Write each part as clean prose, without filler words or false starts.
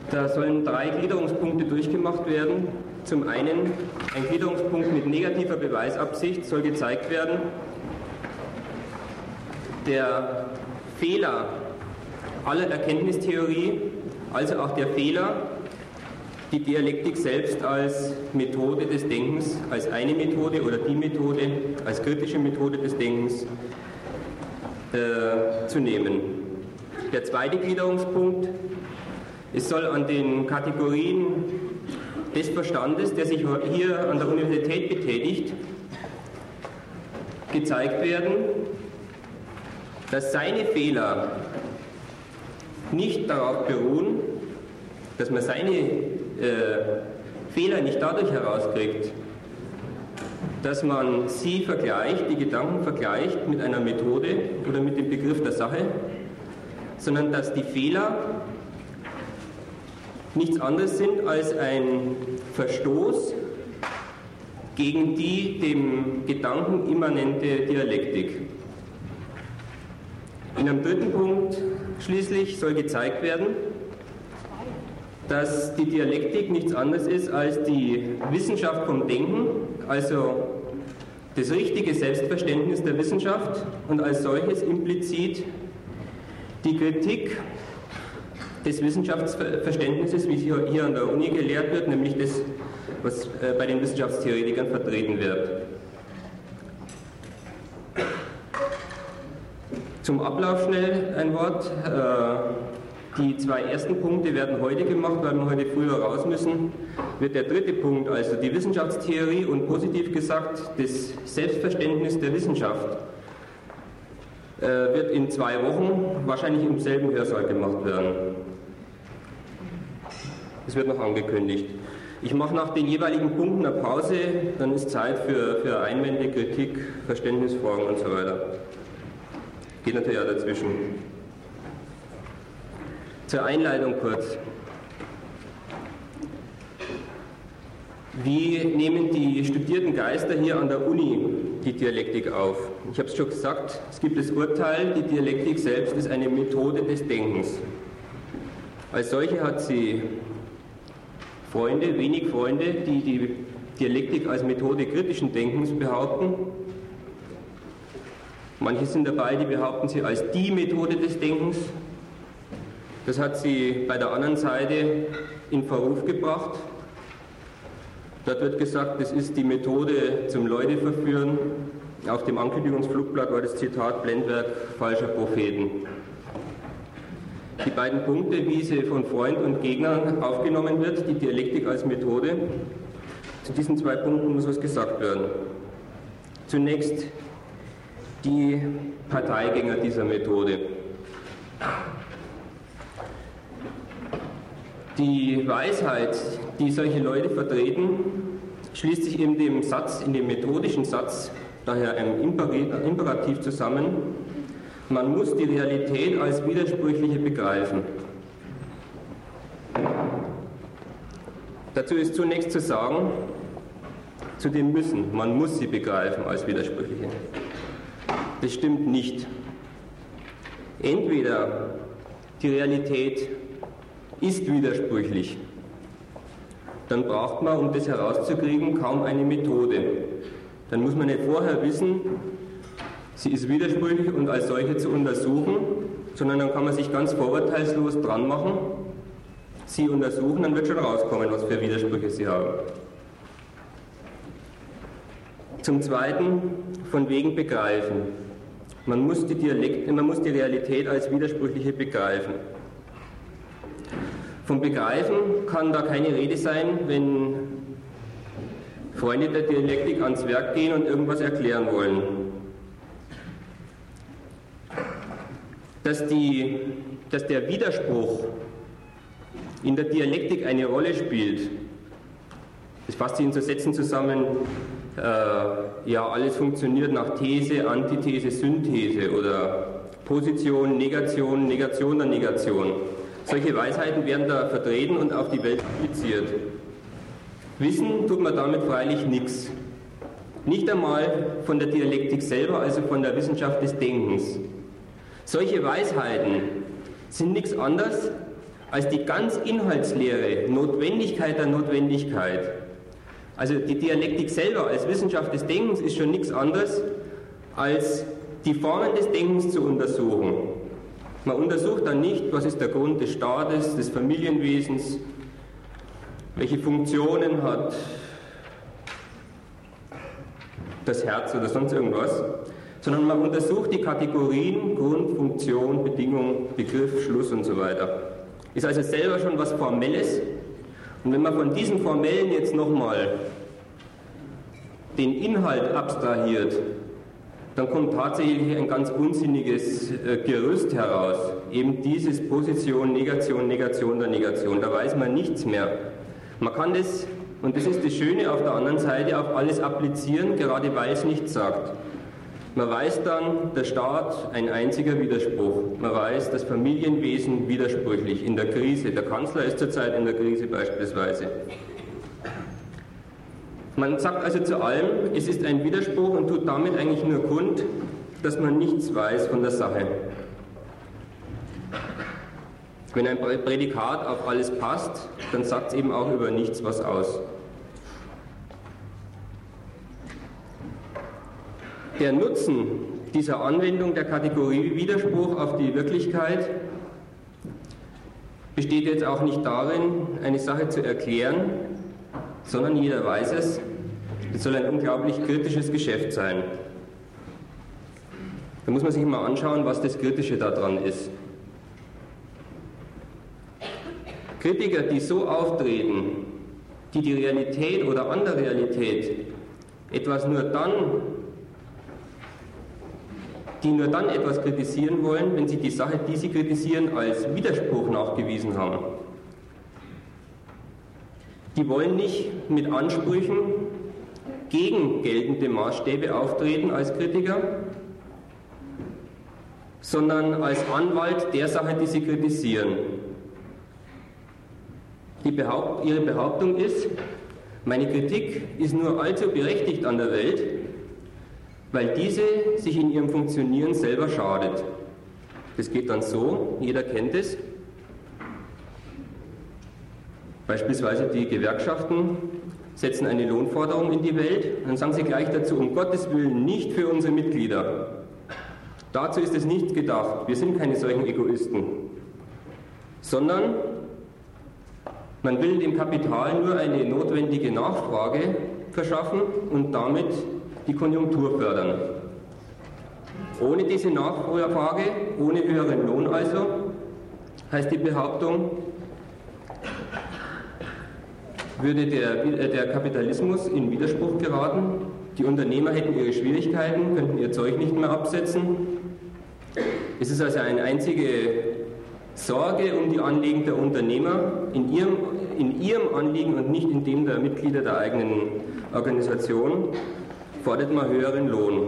Da sollen 3 Gliederungspunkte durchgemacht werden. Zum einen ein Gliederungspunkt mit negativer Beweisabsicht soll gezeigt werden. Der Fehler aller Erkenntnistheorie, also auch der Fehler, die Dialektik selbst als Methode des Denkens, als eine Methode oder die Methode, als kritische Methode des Denkens zu nehmen. Der zweite Gliederungspunkt: Es soll an den Kategorien des Verstandes, der sich hier an der Universität betätigt, gezeigt werden, dass seine Fehler nicht darauf beruhen, dass man seine Fehler nicht dadurch herauskriegt, dass man sie vergleicht, die Gedanken vergleicht mit einer Methode oder mit dem Begriff der Sache, sondern dass die Fehler nichts anderes sind als ein Verstoß gegen die dem Gedanken immanente Dialektik. In einem dritten Punkt schließlich soll gezeigt werden, dass die Dialektik nichts anderes ist als die Wissenschaft vom Denken, also das richtige Selbstverständnis der Wissenschaft und als solches implizit die Kritik des Wissenschaftsverständnisses, wie es hier an der Uni gelehrt wird, nämlich das, was bei den Wissenschaftstheoretikern vertreten wird. Zum Ablauf schnell ein Wort. Die 2 ersten Punkte werden heute gemacht, weil wir heute früher raus müssen. Wird der dritte Punkt, also die Wissenschaftstheorie und positiv gesagt das Selbstverständnis der Wissenschaft, wird in 2 Wochen wahrscheinlich im selben Hörsaal gemacht werden. Es wird noch angekündigt. Ich mache nach den jeweiligen Punkten eine Pause, dann ist Zeit für Einwände, Kritik, Verständnisfragen und so weiter. Geht natürlich auch dazwischen. Zur Einleitung kurz. Wie nehmen die studierten Geister hier an der Uni die Dialektik auf? Ich habe es schon gesagt, es gibt das Urteil, die Dialektik selbst ist eine Methode des Denkens. Als solche hat sie Freunde, wenig Freunde, die die Dialektik als Methode kritischen Denkens behaupten. Manche sind dabei, die behaupten sie als die Methode des Denkens. Das hat sie bei der anderen Seite in Verruf gebracht. Dort wird gesagt, das ist die Methode zum Leute verführen. Auf dem Ankündigungsflugblatt war das Zitat Blendwerk falscher Propheten. Die beiden Punkte, wie sie von Freund und Gegner aufgenommen wird, die Dialektik als Methode, zu diesen 2 Punkten muss was gesagt werden. Zunächst die Parteigänger dieser Methode. Die Weisheit, die solche Leute vertreten, schließt sich in dem Satz, in dem methodischen Satz, daher einem Imperativ zusammen: Man muss die Realität als widersprüchliche begreifen. Dazu ist zunächst zu sagen, zu dem Müssen, man muss sie begreifen als widersprüchliche. Das stimmt nicht. Entweder die Realität ist widersprüchlich, dann braucht man, um das herauszukriegen, kaum eine Methode. Dann muss man nicht vorher wissen, sie ist widersprüchlich und als solche zu untersuchen, sondern dann kann man sich ganz vorurteilslos dran machen, sie untersuchen, dann wird schon rauskommen, was für Widersprüche sie haben. Zum Zweiten, von wegen begreifen. Man muss die Realität als widersprüchliche begreifen. Vom Begreifen kann da keine Rede sein, wenn Freunde der Dialektik ans Werk gehen und irgendwas erklären wollen. Dass der Widerspruch in der Dialektik eine Rolle spielt, das fasst sich in so Sätzen zusammen, ja, alles funktioniert nach These, Antithese, Synthese oder Position, Negation, Negation der Negation. Solche Weisheiten werden da vertreten und auf die Welt appliziert. Wissen tut man damit freilich nichts. Nicht einmal von der Dialektik selber, also von der Wissenschaft des Denkens. Solche Weisheiten sind nichts anderes als die ganz inhaltsleere Notwendigkeit der Notwendigkeit. Also die Dialektik selber als Wissenschaft des Denkens ist schon nichts anderes, als die Formen des Denkens zu untersuchen. Man untersucht dann nicht, was ist der Grund des Staates, des Familienwesens, welche Funktionen hat das Herz oder sonst irgendwas, sondern man untersucht die Kategorien Grund, Funktion, Bedingung, Begriff, Schluss und so weiter. Ist also selber schon was Formelles. Und wenn man von diesen Formellen jetzt nochmal den Inhalt abstrahiert, dann kommt tatsächlich ein ganz unsinniges Gerüst heraus. Eben dieses Position, Negation, Negation der Negation. Da weiß man nichts mehr. Man kann das, und das ist das Schöne auf der anderen Seite, auf alles applizieren, gerade weil es nichts sagt. Man weiß dann, der Staat ein einziger Widerspruch. Man weiß, das Familienwesen widersprüchlich, in der Krise. Der Kanzler ist zurzeit in der Krise beispielsweise. Man sagt also zu allem, es ist ein Widerspruch und tut damit eigentlich nur kund, dass man nichts weiß von der Sache. Wenn ein Prädikat auf alles passt, dann sagt es eben auch über nichts was aus. Der Nutzen dieser Anwendung der Kategorie Widerspruch auf die Wirklichkeit besteht jetzt auch nicht darin, eine Sache zu erklären, sondern jeder weiß es, es soll ein unglaublich kritisches Geschäft sein. Da muss man sich mal anschauen, was das Kritische daran ist. Kritiker, die so auftreten, die die Realität oder an der Realität die nur dann etwas kritisieren wollen, wenn sie die Sache, die sie kritisieren, als Widerspruch nachgewiesen haben. Die wollen nicht mit Ansprüchen gegen geltende Maßstäbe auftreten als Kritiker, sondern als Anwalt der Sache, die sie kritisieren. Ihre Behauptung ist, meine Kritik ist nur allzu berechtigt an der Welt, weil diese sich in ihrem Funktionieren selber schadet. Das geht dann so, jeder kennt es. Beispielsweise die Gewerkschaften setzen eine Lohnforderung in die Welt, dann sagen sie gleich dazu, um Gottes Willen nicht für unsere Mitglieder. Dazu ist es nicht gedacht, wir sind keine solchen Egoisten, sondern man will dem Kapital nur eine notwendige Nachfrage verschaffen und damit die Konjunktur fördern. Ohne diese Nachfrage, ohne höheren Lohn also, heißt die Behauptung, würde der Kapitalismus in Widerspruch geraten, die Unternehmer hätten ihre Schwierigkeiten, könnten ihr Zeug nicht mehr absetzen. Es ist also eine einzige Sorge um die Anliegen der Unternehmer in ihrem Anliegen und nicht in dem der Mitglieder der eigenen Organisation, fordert man höheren Lohn.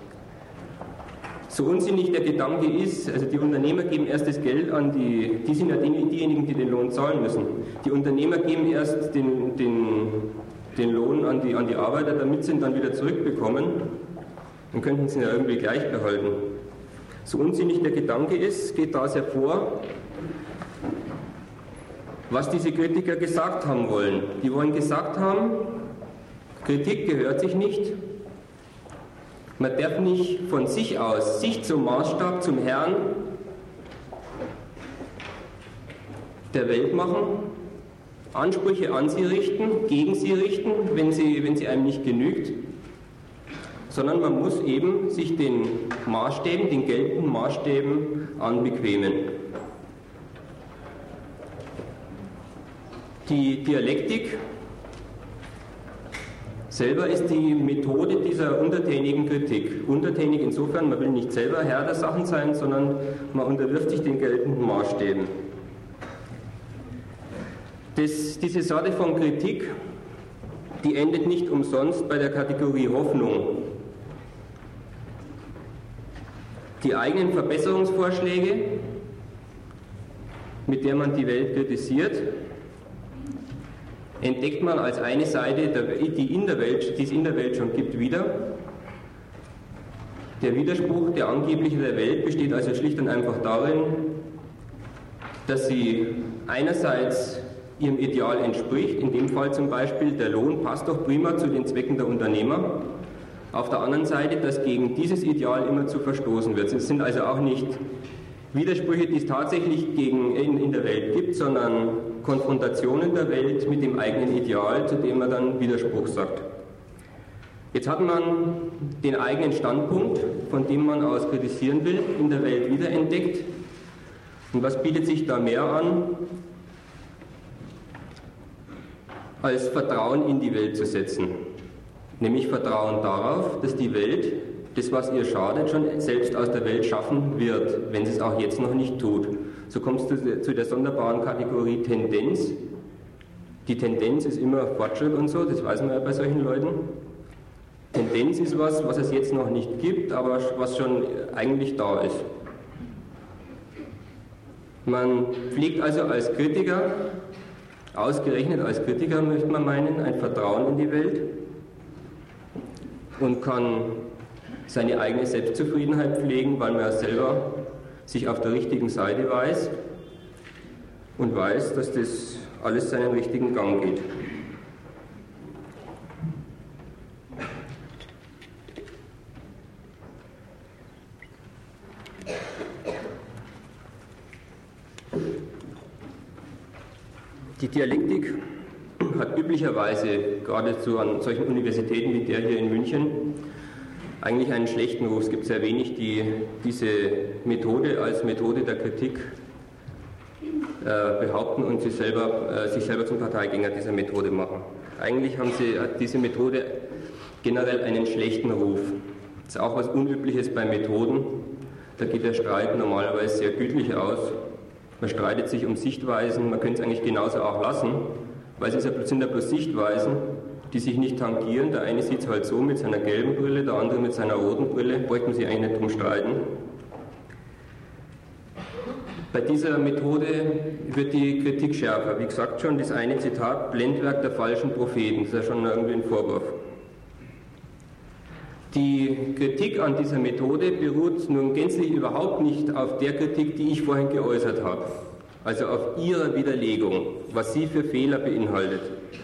So unsinnig der Gedanke ist, also die Unternehmer geben erst das Geld an die sind ja diejenigen, die den Lohn zahlen müssen. Die Unternehmer geben erst den Lohn an die Arbeiter, damit sie ihn dann wieder zurückbekommen. Dann könnten sie ihn ja irgendwie gleich behalten. So unsinnig der Gedanke ist, geht daraus hervor, was diese Kritiker gesagt haben wollen. Die wollen gesagt haben, Kritik gehört sich nicht. Man darf nicht von sich aus, sich zum Maßstab, zum Herrn der Welt machen, Ansprüche an sie richten, gegen sie richten, wenn sie einem nicht genügt, sondern man muss eben sich den Maßstäben, den geltenden Maßstäben anbequemen. Die Dialektik selber ist die Methode dieser untertänigen Kritik. Untertänig insofern, man will nicht selber Herr der Sachen sein, sondern man unterwirft sich den geltenden Maßstäben. Diese Sorte von Kritik, die endet nicht umsonst bei der Kategorie Hoffnung. Die eigenen Verbesserungsvorschläge, mit der man die Welt kritisiert, entdeckt man als eine Seite, die es in der Welt schon gibt, wieder. Der Widerspruch, der angebliche der Welt, besteht also schlicht und einfach darin, dass sie einerseits ihrem Ideal entspricht, in dem Fall zum Beispiel, der Lohn passt doch prima zu den Zwecken der Unternehmer. Auf der anderen Seite, dass gegen dieses Ideal immer zu verstoßen wird. Es sind also auch nicht Widersprüche, die es tatsächlich in der Welt gibt, sondern Konfrontationen der Welt mit dem eigenen Ideal, zu dem man dann Widerspruch sagt. Jetzt hat man den eigenen Standpunkt, von dem man aus kritisieren will, in der Welt wiederentdeckt. Und was bietet sich da mehr an, als Vertrauen in die Welt zu setzen? Nämlich Vertrauen darauf, dass die Welt das, was ihr schadet, schon selbst aus der Welt schaffen wird, wenn sie es auch jetzt noch nicht tut. So kommst du zu der sonderbaren Kategorie Tendenz. Die Tendenz ist immer Fortschritt und so, das weiß man ja bei solchen Leuten. Tendenz ist was es jetzt noch nicht gibt, aber was schon eigentlich da ist. Man pflegt also als Kritiker, ausgerechnet als Kritiker möchte man meinen, ein Vertrauen in die Welt und kann seine eigene Selbstzufriedenheit pflegen, weil man ja selber sich auf der richtigen Seite weiß und weiß, dass das alles seinen richtigen Gang geht. Die Dialektik hat üblicherweise, geradezu an solchen Universitäten wie der hier in München, eigentlich einen schlechten Ruf. Es gibt sehr wenig, die diese Methode als Methode der Kritik behaupten und sich selber zum Parteigänger dieser Methode machen. Eigentlich hat diese Methode generell einen schlechten Ruf. Das ist auch was Unübliches bei Methoden. Da geht der Streit normalerweise sehr gütlich aus. Man streitet sich um Sichtweisen, man könnte es eigentlich genauso auch lassen, weil es sind ja bloß Sichtweisen, die sich nicht tangieren. Der eine sieht es halt so mit seiner gelben Brille, der andere mit seiner roten Brille, bräuchte man sich eigentlich nicht drum streiten. Bei dieser Methode wird die Kritik schärfer. Wie gesagt schon, das eine Zitat, Blendwerk der falschen Propheten, das ist ja schon irgendwie ein Vorwurf. Die Kritik an dieser Methode beruht nun gänzlich überhaupt nicht auf der Kritik, die ich vorhin geäußert habe, also auf ihrer Widerlegung, was sie für Fehler beinhaltet.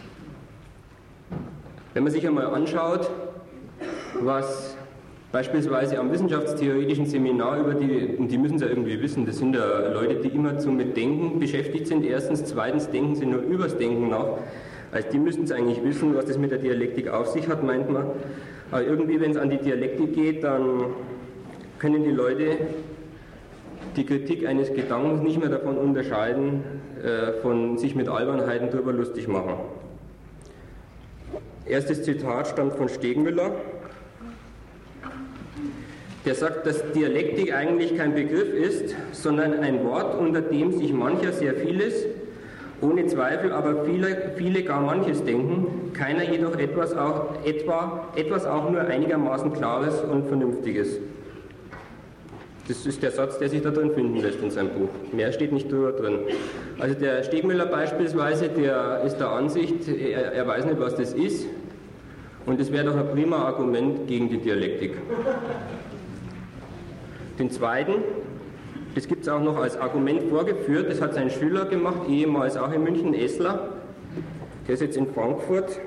Wenn man sich einmal anschaut, was beispielsweise am wissenschaftstheoretischen Seminar und die müssen es ja irgendwie wissen, das sind ja Leute, die immer mit Denken beschäftigt sind, erstens, zweitens denken sie nur übers Denken nach, also die müssten es eigentlich wissen, was das mit der Dialektik auf sich hat, meint man. Aber irgendwie, wenn es an die Dialektik geht, dann können die Leute die Kritik eines Gedankens nicht mehr davon unterscheiden, von sich mit Albernheiten drüber lustig machen. Erstes Zitat stammt von Stegmüller. Der sagt, dass Dialektik eigentlich kein Begriff ist, sondern ein Wort, unter dem sich mancher sehr vieles, ohne Zweifel aber viele gar manches denken, keiner jedoch etwas auch nur einigermaßen Klares und Vernünftiges. Das ist der Satz, der sich da drin finden lässt in seinem Buch. Mehr steht nicht drüber drin. Also der Stegmüller beispielsweise, der ist der Ansicht, er weiß nicht, was das ist, und das wäre doch ein prima Argument gegen die Dialektik. Den zweiten, das gibt es auch noch als Argument vorgeführt, das hat sein Schüler gemacht, ehemals auch in München, Essler, der ist jetzt in Frankfurt.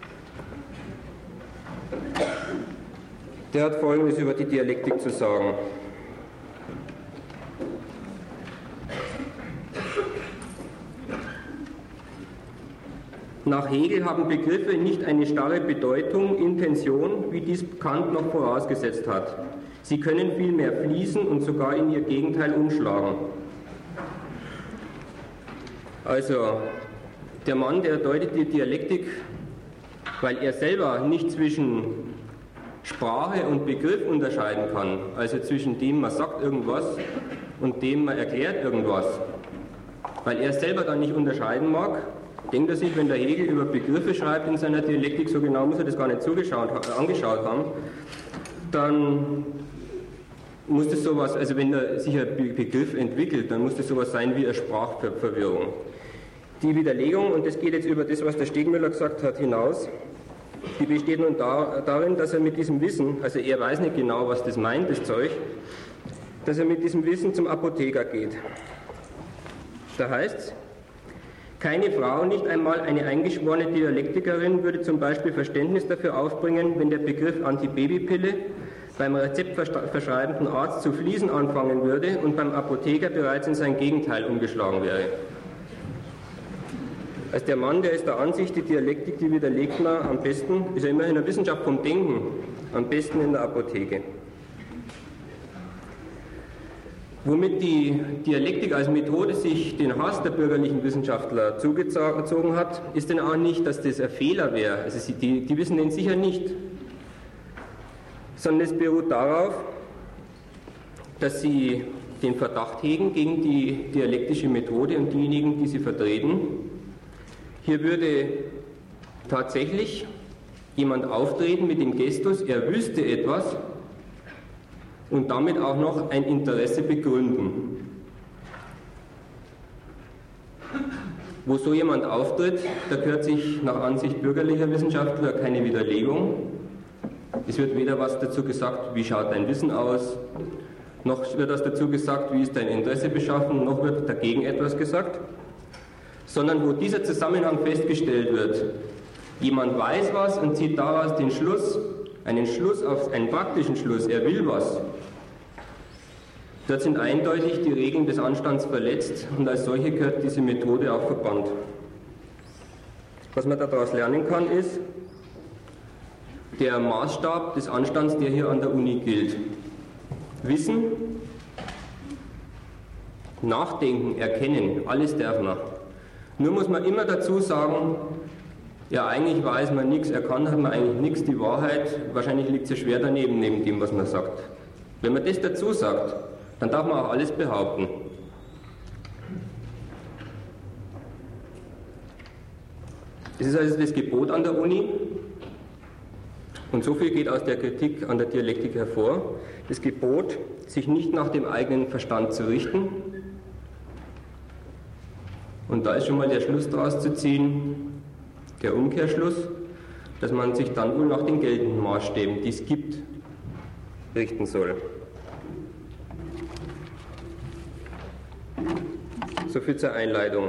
Der hat Folgendes über die Dialektik zu sagen. Nach Hegel haben Begriffe nicht eine starre Bedeutung, Intention, wie dies Kant noch vorausgesetzt hat. Sie können vielmehr fließen und sogar in ihr Gegenteil umschlagen. Also, der Mann, der deutet die Dialektik, weil er selber nicht zwischen Sprache und Begriff unterscheiden kann, also zwischen dem, man sagt irgendwas und dem, man erklärt irgendwas, weil er selber dann nicht unterscheiden mag, denkt er sich, wenn der Hegel über Begriffe schreibt in seiner Dialektik, so genau muss er das gar nicht angeschaut haben, dann muss das sowas, also wenn da sich ein Begriff entwickelt, dann muss das sowas sein wie eine Sprachverwirrung. Die Widerlegung, und das geht jetzt über das, was der Stegmüller gesagt hat, hinaus, die besteht nun darin, dass er mit diesem Wissen, also er weiß nicht genau, was das meint, das Zeug, dass er mit diesem Wissen zum Apotheker geht. Da heißt es, keine Frau, nicht einmal eine eingeschworene Dialektikerin, würde zum Beispiel Verständnis dafür aufbringen, wenn der Begriff Antibabypille beim rezeptverschreibenden Arzt zu fließen anfangen würde und beim Apotheker bereits in sein Gegenteil umgeschlagen wäre. Als der Mann, der ist der Ansicht, die Dialektik, die widerlegt man am besten, ist ja immerhin eine Wissenschaft vom Denken, am besten in der Apotheke. Womit die Dialektik als Methode sich den Hass der bürgerlichen Wissenschaftler zugezogen hat, ist denn auch nicht, dass das ein Fehler wäre. Also die wissen den sicher nicht. Sondern es beruht darauf, dass sie den Verdacht hegen gegen die dialektische Methode und diejenigen, die sie vertreten. Hier würde tatsächlich jemand auftreten mit dem Gestus, er wüsste etwas und damit auch noch ein Interesse begründen. Wo so jemand auftritt, da gehört sich nach Ansicht bürgerlicher Wissenschaftler keine Widerlegung. Es wird weder was dazu gesagt, wie schaut dein Wissen aus, noch wird was dazu gesagt, wie ist dein Interesse beschaffen, noch wird dagegen etwas gesagt, sondern wo dieser Zusammenhang festgestellt wird. Jemand weiß was und zieht daraus den Schluss, einen praktischen Schluss, er will was. Dort sind eindeutig die Regeln des Anstands verletzt und als solche gehört diese Methode auch verbannt. Was man daraus lernen kann, ist der Maßstab des Anstands, der hier an der Uni gilt. Wissen, nachdenken, erkennen, alles darf man. Nur muss man immer dazu sagen, ja, eigentlich weiß man nichts, erkannt hat man eigentlich nichts, die Wahrheit, wahrscheinlich liegt sie schwer daneben, neben dem, was man sagt. Wenn man das dazu sagt, dann darf man auch alles behaupten. Das ist also das Gebot an der Uni. Und so viel geht aus der Kritik an der Dialektik hervor. Das Gebot, sich nicht nach dem eigenen Verstand zu richten. Und da ist schon mal der Schluss daraus zu ziehen, der Umkehrschluss, dass man sich dann wohl nach den geltenden Maßstäben, die es gibt, richten soll. So viel zur Einleitung.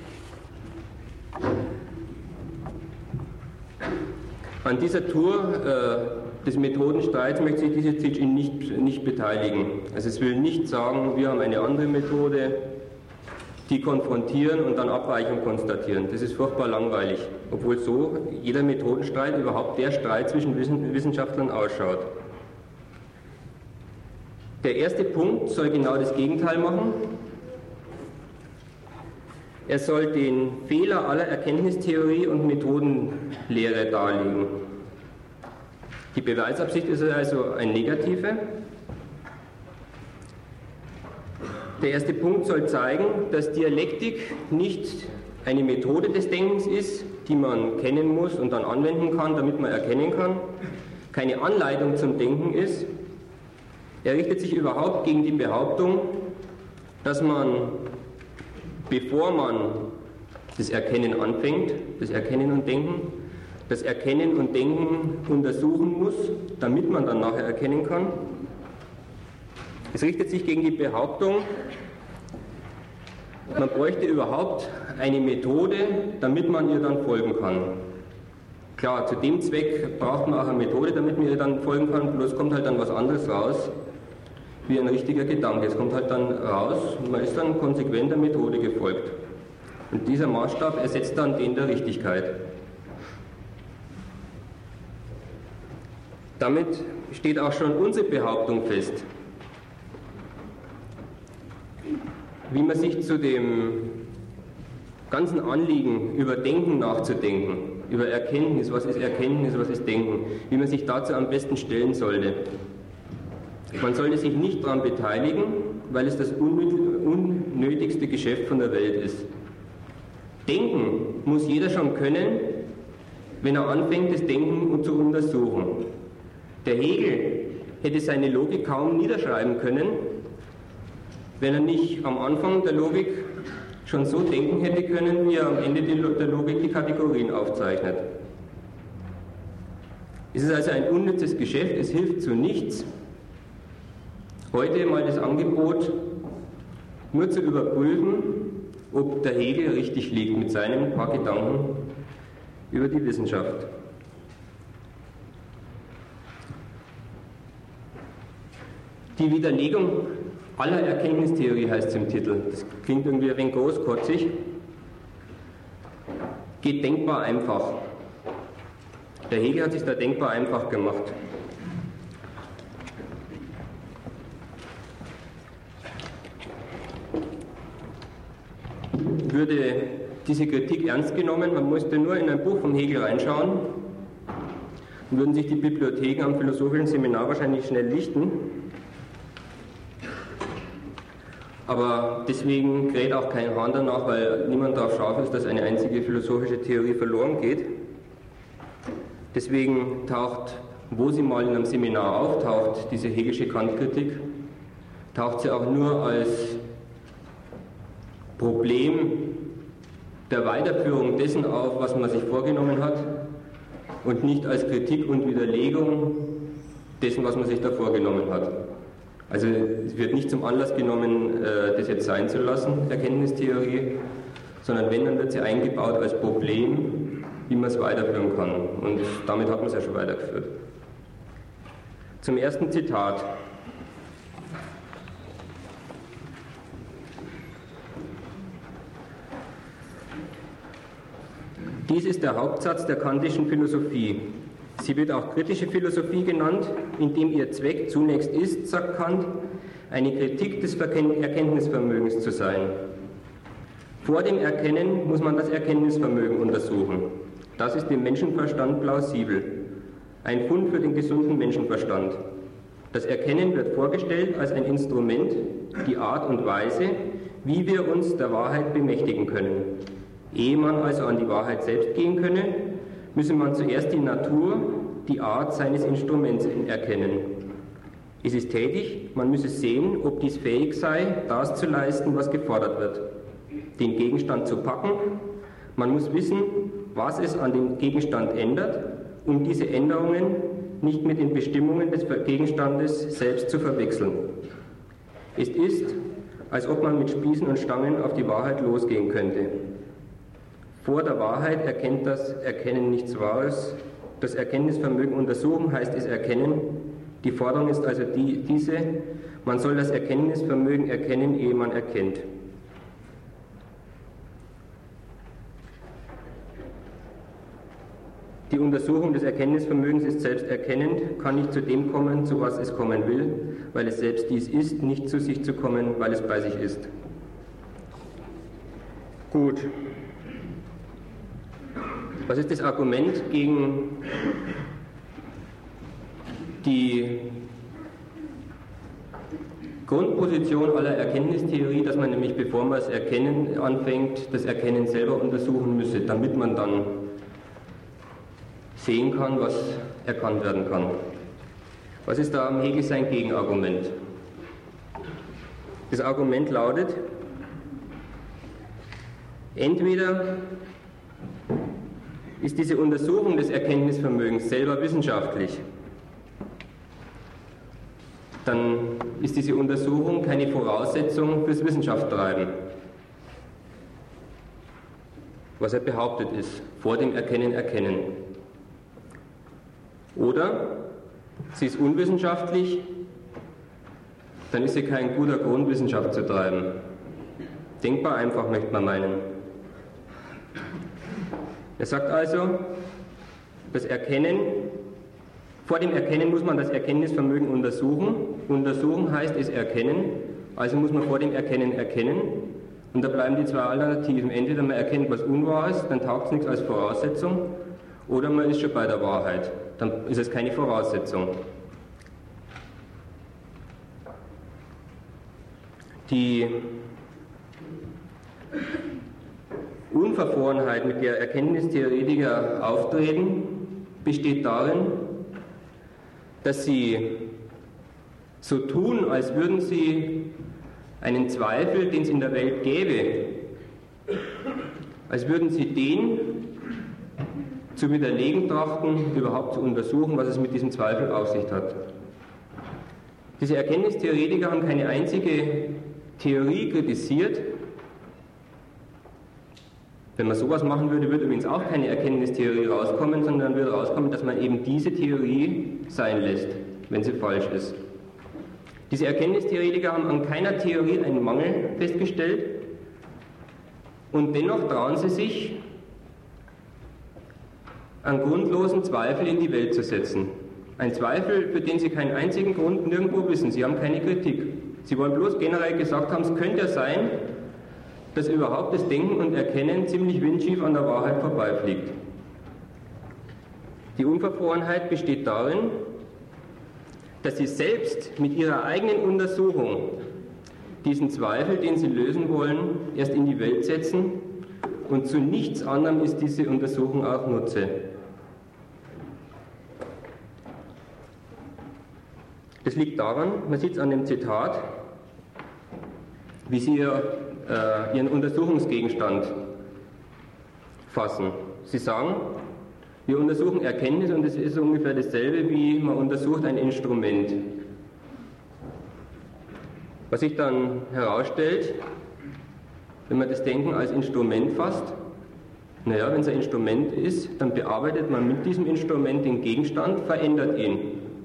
An dieser Tour des Methodenstreits möchte sich diese Teach-In nicht beteiligen. Also es will nicht sagen, wir haben eine andere Methode, die konfrontieren und dann Abweichung konstatieren. Das ist furchtbar langweilig, obwohl so jeder Methodenstreit überhaupt der Streit zwischen Wissenschaftlern ausschaut. Der erste Punkt soll genau das Gegenteil machen. Er soll den Fehler aller Erkenntnistheorie und Methodenlehre darlegen. Die Beweisabsicht ist also eine negative. Der erste Punkt soll zeigen, dass Dialektik nicht eine Methode des Denkens ist, die man kennen muss und dann anwenden kann, damit man erkennen kann, keine Anleitung zum Denken ist. Er richtet sich überhaupt gegen die Behauptung, dass man, bevor man das Erkennen anfängt, das Erkennen und Denken, das Erkennen und Denken untersuchen muss, damit man dann nachher erkennen kann. Es richtet sich gegen die Behauptung, man bräuchte überhaupt eine Methode, damit man ihr dann folgen kann. Klar, zu dem Zweck braucht man auch eine Methode, damit man ihr dann folgen kann, bloß kommt halt dann was anderes raus, wie ein richtiger Gedanke. Es kommt halt dann raus und man ist dann konsequent der Methode gefolgt. Und dieser Maßstab ersetzt dann den der Richtigkeit. Damit steht auch schon unsere Behauptung fest. Wie man sich zu dem ganzen Anliegen, über Denken nachzudenken, über Erkenntnis, was ist Denken, wie man sich dazu am besten stellen sollte. Man sollte sich nicht daran beteiligen, weil es das unnötigste Geschäft von der Welt ist. Denken muss jeder schon können, wenn er anfängt, das Denken zu untersuchen. Der Hegel hätte seine Logik kaum niederschreiben können, wenn er nicht am Anfang der Logik schon so denken hätte können, wie er am Ende der Logik die Kategorien aufzeichnet. Es ist also ein unnützes Geschäft, es hilft zu nichts. Heute mal das Angebot, nur zu überprüfen, ob der Hegel richtig liegt mit seinen paar Gedanken über die Wissenschaft. Die Widerlegung aller Erkenntnistheorie heißt es im Titel. Das klingt irgendwie ein wenig großkotzig. Geht denkbar einfach. Der Hegel hat sich da denkbar einfach gemacht. Würde diese Kritik ernst genommen, man musste nur in ein Buch vom Hegel reinschauen, und würden sich die Bibliotheken am philosophischen Seminar wahrscheinlich schnell lichten. Aber deswegen kräht auch kein Hahn danach, weil niemand darauf scharf ist, dass eine einzige philosophische Theorie verloren geht. Deswegen taucht, wo sie mal in einem Seminar auftaucht, diese hegelische Kant-Kritik, taucht sie auch nur als Problem der Weiterführung dessen auf, was man sich vorgenommen hat, und nicht als Kritik und Widerlegung dessen, was man sich da vorgenommen hat. Also es wird nicht zum Anlass genommen, das jetzt sein zu lassen, Erkenntnistheorie, sondern wenn, dann wird sie eingebaut als Problem, wie man es weiterführen kann. Und damit hat man es ja schon weitergeführt. Zum ersten Zitat. Dies ist der Hauptsatz der kantischen Philosophie. Sie wird auch kritische Philosophie genannt, indem ihr Zweck zunächst ist, sagt Kant, eine Kritik des Erkenntnisvermögens zu sein. Vor dem Erkennen muss man das Erkenntnisvermögen untersuchen. Das ist dem Menschenverstand plausibel. Ein Fund für den gesunden Menschenverstand. Das Erkennen wird vorgestellt als ein Instrument, die Art und Weise, wie wir uns der Wahrheit bemächtigen können. Ehe man also an die Wahrheit selbst gehen könne, müsse man zuerst die Natur, die Art seines Instruments erkennen. Es ist tätig, man müsse sehen, ob dies fähig sei, das zu leisten, was gefordert wird. Den Gegenstand zu packen, man muss wissen, was es an dem Gegenstand ändert, um diese Änderungen nicht mit den Bestimmungen des Gegenstandes selbst zu verwechseln. Es ist, als ob man mit Spießen und Stangen auf die Wahrheit losgehen könnte. Vor der Wahrheit erkennt das Erkennen nichts Wahres. Das Erkenntnisvermögen untersuchen heißt es erkennen. Die Forderung ist also diese, man soll das Erkenntnisvermögen erkennen, ehe man erkennt. Die Untersuchung des Erkenntnisvermögens ist selbst erkennend, kann nicht zu dem kommen, zu was es kommen will, weil es selbst dies ist, nicht zu sich zu kommen, weil es bei sich ist. Gut. Was ist das Argument gegen die Grundposition aller Erkenntnistheorie, dass man nämlich, bevor man das Erkennen anfängt, das Erkennen selber untersuchen müsse, damit man dann sehen kann, was erkannt werden kann? Was ist da am Hegel sein Gegenargument? Das Argument lautet, entweder ist diese Untersuchung des Erkenntnisvermögens selber wissenschaftlich, dann ist diese Untersuchung keine Voraussetzung fürs Wissenschaftstreiben, was er behauptet ist, vor dem Erkennen erkennen. Oder sie ist unwissenschaftlich, dann ist sie kein guter Grund, Wissenschaft zu treiben. Denkbar einfach, möchte man meinen. Er sagt also, das Erkennen, vor dem Erkennen muss man das Erkenntnisvermögen untersuchen. Untersuchen heißt es erkennen, also muss man vor dem Erkennen erkennen. Und da bleiben die zwei Alternativen. Entweder man erkennt, was unwahr ist, dann taugt es nichts als Voraussetzung, oder man ist schon bei der Wahrheit, dann ist es keine Voraussetzung. Die Unverfrorenheit, mit der Erkenntnistheoretiker auftreten, besteht darin, dass sie so tun, als würden sie einen Zweifel, den es in der Welt gäbe, als würden sie den zu widerlegen trachten, überhaupt zu untersuchen, was es mit diesem Zweifel auf sich hat. Diese Erkenntnistheoretiker haben keine einzige Theorie kritisiert, Wenn man sowas machen würde, würde übrigens auch keine Erkenntnistheorie rauskommen, sondern würde rauskommen, dass man eben diese Theorie sein lässt, wenn sie falsch ist. Diese Erkenntnistheoretiker haben an keiner Theorie einen Mangel festgestellt und dennoch trauen sie sich, einen grundlosen Zweifel in die Welt zu setzen. Ein Zweifel, für den sie keinen einzigen Grund nirgendwo wissen. Sie haben keine Kritik. Sie wollen bloß generell gesagt haben, es könnte ja sein, dass überhaupt das Denken und Erkennen ziemlich windschief an der Wahrheit vorbeifliegt. Die Unverfrorenheit besteht darin, dass sie selbst mit ihrer eigenen Untersuchung diesen Zweifel, den sie lösen wollen, erst in die Welt setzen und zu nichts anderem ist diese Untersuchung auch Nutze. Das liegt daran, man sieht es an dem Zitat, wie sie ihren Untersuchungsgegenstand fassen. Sie sagen, wir untersuchen Erkenntnis und es ist ungefähr dasselbe, wie man untersucht ein Instrument. Was sich dann herausstellt, wenn man das Denken als Instrument fasst, naja, wenn es ein Instrument ist, dann bearbeitet man mit diesem Instrument den Gegenstand, verändert ihn.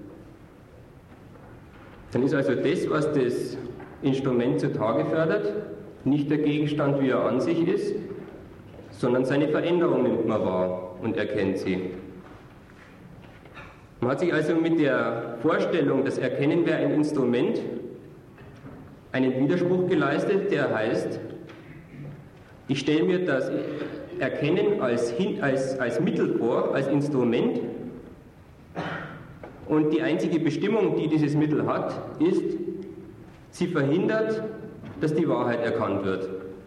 Dann ist also das, was das Instrument zutage fördert, nicht der Gegenstand, wie er an sich ist, sondern seine Veränderung nimmt man wahr und erkennt sie. Man hat sich also mit der Vorstellung, das Erkennen wäre ein Instrument, einen Widerspruch geleistet, der heißt, ich stelle mir das Erkennen als Mittel vor, als Instrument, und die einzige Bestimmung, die dieses Mittel hat, ist, sie verhindert, dass die Wahrheit erkannt wird.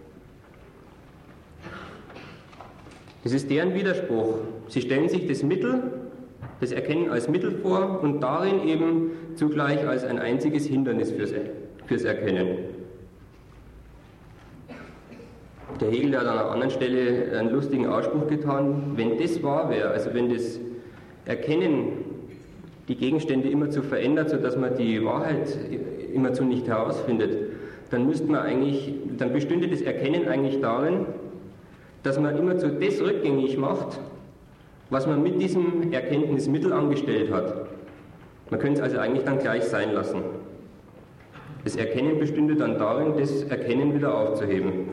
Das ist deren Widerspruch. Sie stellen sich das Mittel, das Erkennen als Mittel vor und darin eben zugleich als ein einziges Hindernis fürs Erkennen. Der Hegel hat an einer anderen Stelle einen lustigen Ausspruch getan, wenn das wahr wäre, also wenn das Erkennen die Gegenstände immerzu verändert, sodass man die Wahrheit immerzu nicht herausfindet, dann bestünde das Erkennen eigentlich darin, dass man immerzu das rückgängig macht, was man mit diesem Erkenntnismittel angestellt hat. Man könnte es also eigentlich dann gleich sein lassen. Das Erkennen bestünde dann darin, das Erkennen wieder aufzuheben.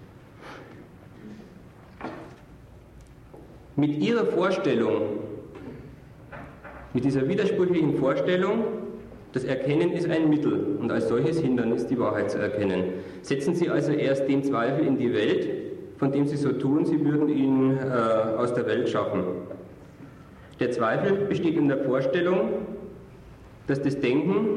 Mit ihrer Vorstellung, mit dieser widersprüchlichen Vorstellung, das Erkennen ist ein Mittel und als solches Hindernis die Wahrheit zu erkennen. Setzen Sie also erst den Zweifel in die Welt, von dem Sie so tun, Sie würden ihn aus der Welt schaffen. Der Zweifel besteht in der Vorstellung, dass das Denken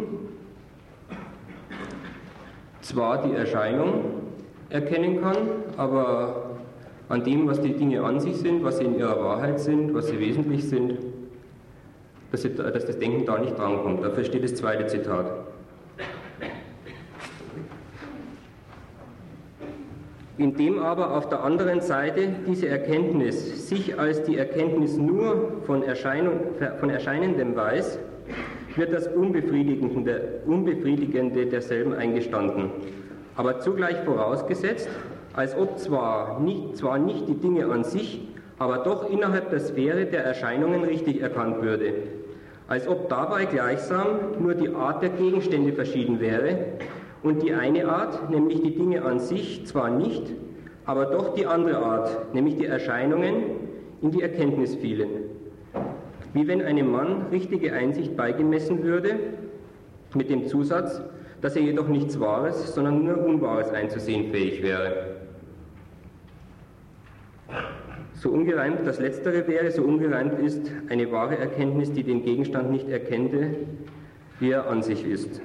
zwar die Erscheinung erkennen kann, aber an dem, was die Dinge an sich sind, was sie in ihrer Wahrheit sind, was sie wesentlich sind, dass das Denken da nicht drankommt. Dafür steht das zweite Zitat. Indem aber auf der anderen Seite diese Erkenntnis sich als die Erkenntnis nur von Erscheinendem weiß, wird das Unbefriedigende derselben eingestanden, aber zugleich vorausgesetzt, als ob zwar nicht die Dinge an sich, aber doch innerhalb der Sphäre der Erscheinungen richtig erkannt würde, als ob dabei gleichsam nur die Art der Gegenstände verschieden wäre und die eine Art, nämlich die Dinge an sich, zwar nicht, aber doch die andere Art, nämlich die Erscheinungen, in die Erkenntnis fielen. Wie wenn einem Mann richtige Einsicht beigemessen würde, mit dem Zusatz, dass er jedoch nichts Wahres, sondern nur Unwahres einzusehen fähig wäre. So ungereimt das Letztere wäre, so ungereimt ist eine wahre Erkenntnis, die den Gegenstand nicht erkennte, wie er an sich ist.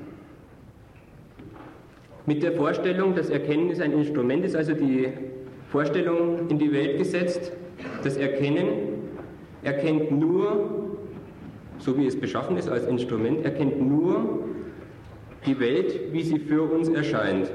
Mit der Vorstellung, das Erkennen ist ein Instrument, ist also die Vorstellung in die Welt gesetzt, das Erkennen erkennt nur, so wie es beschaffen ist als Instrument, erkennt nur die Welt, wie sie für uns erscheint.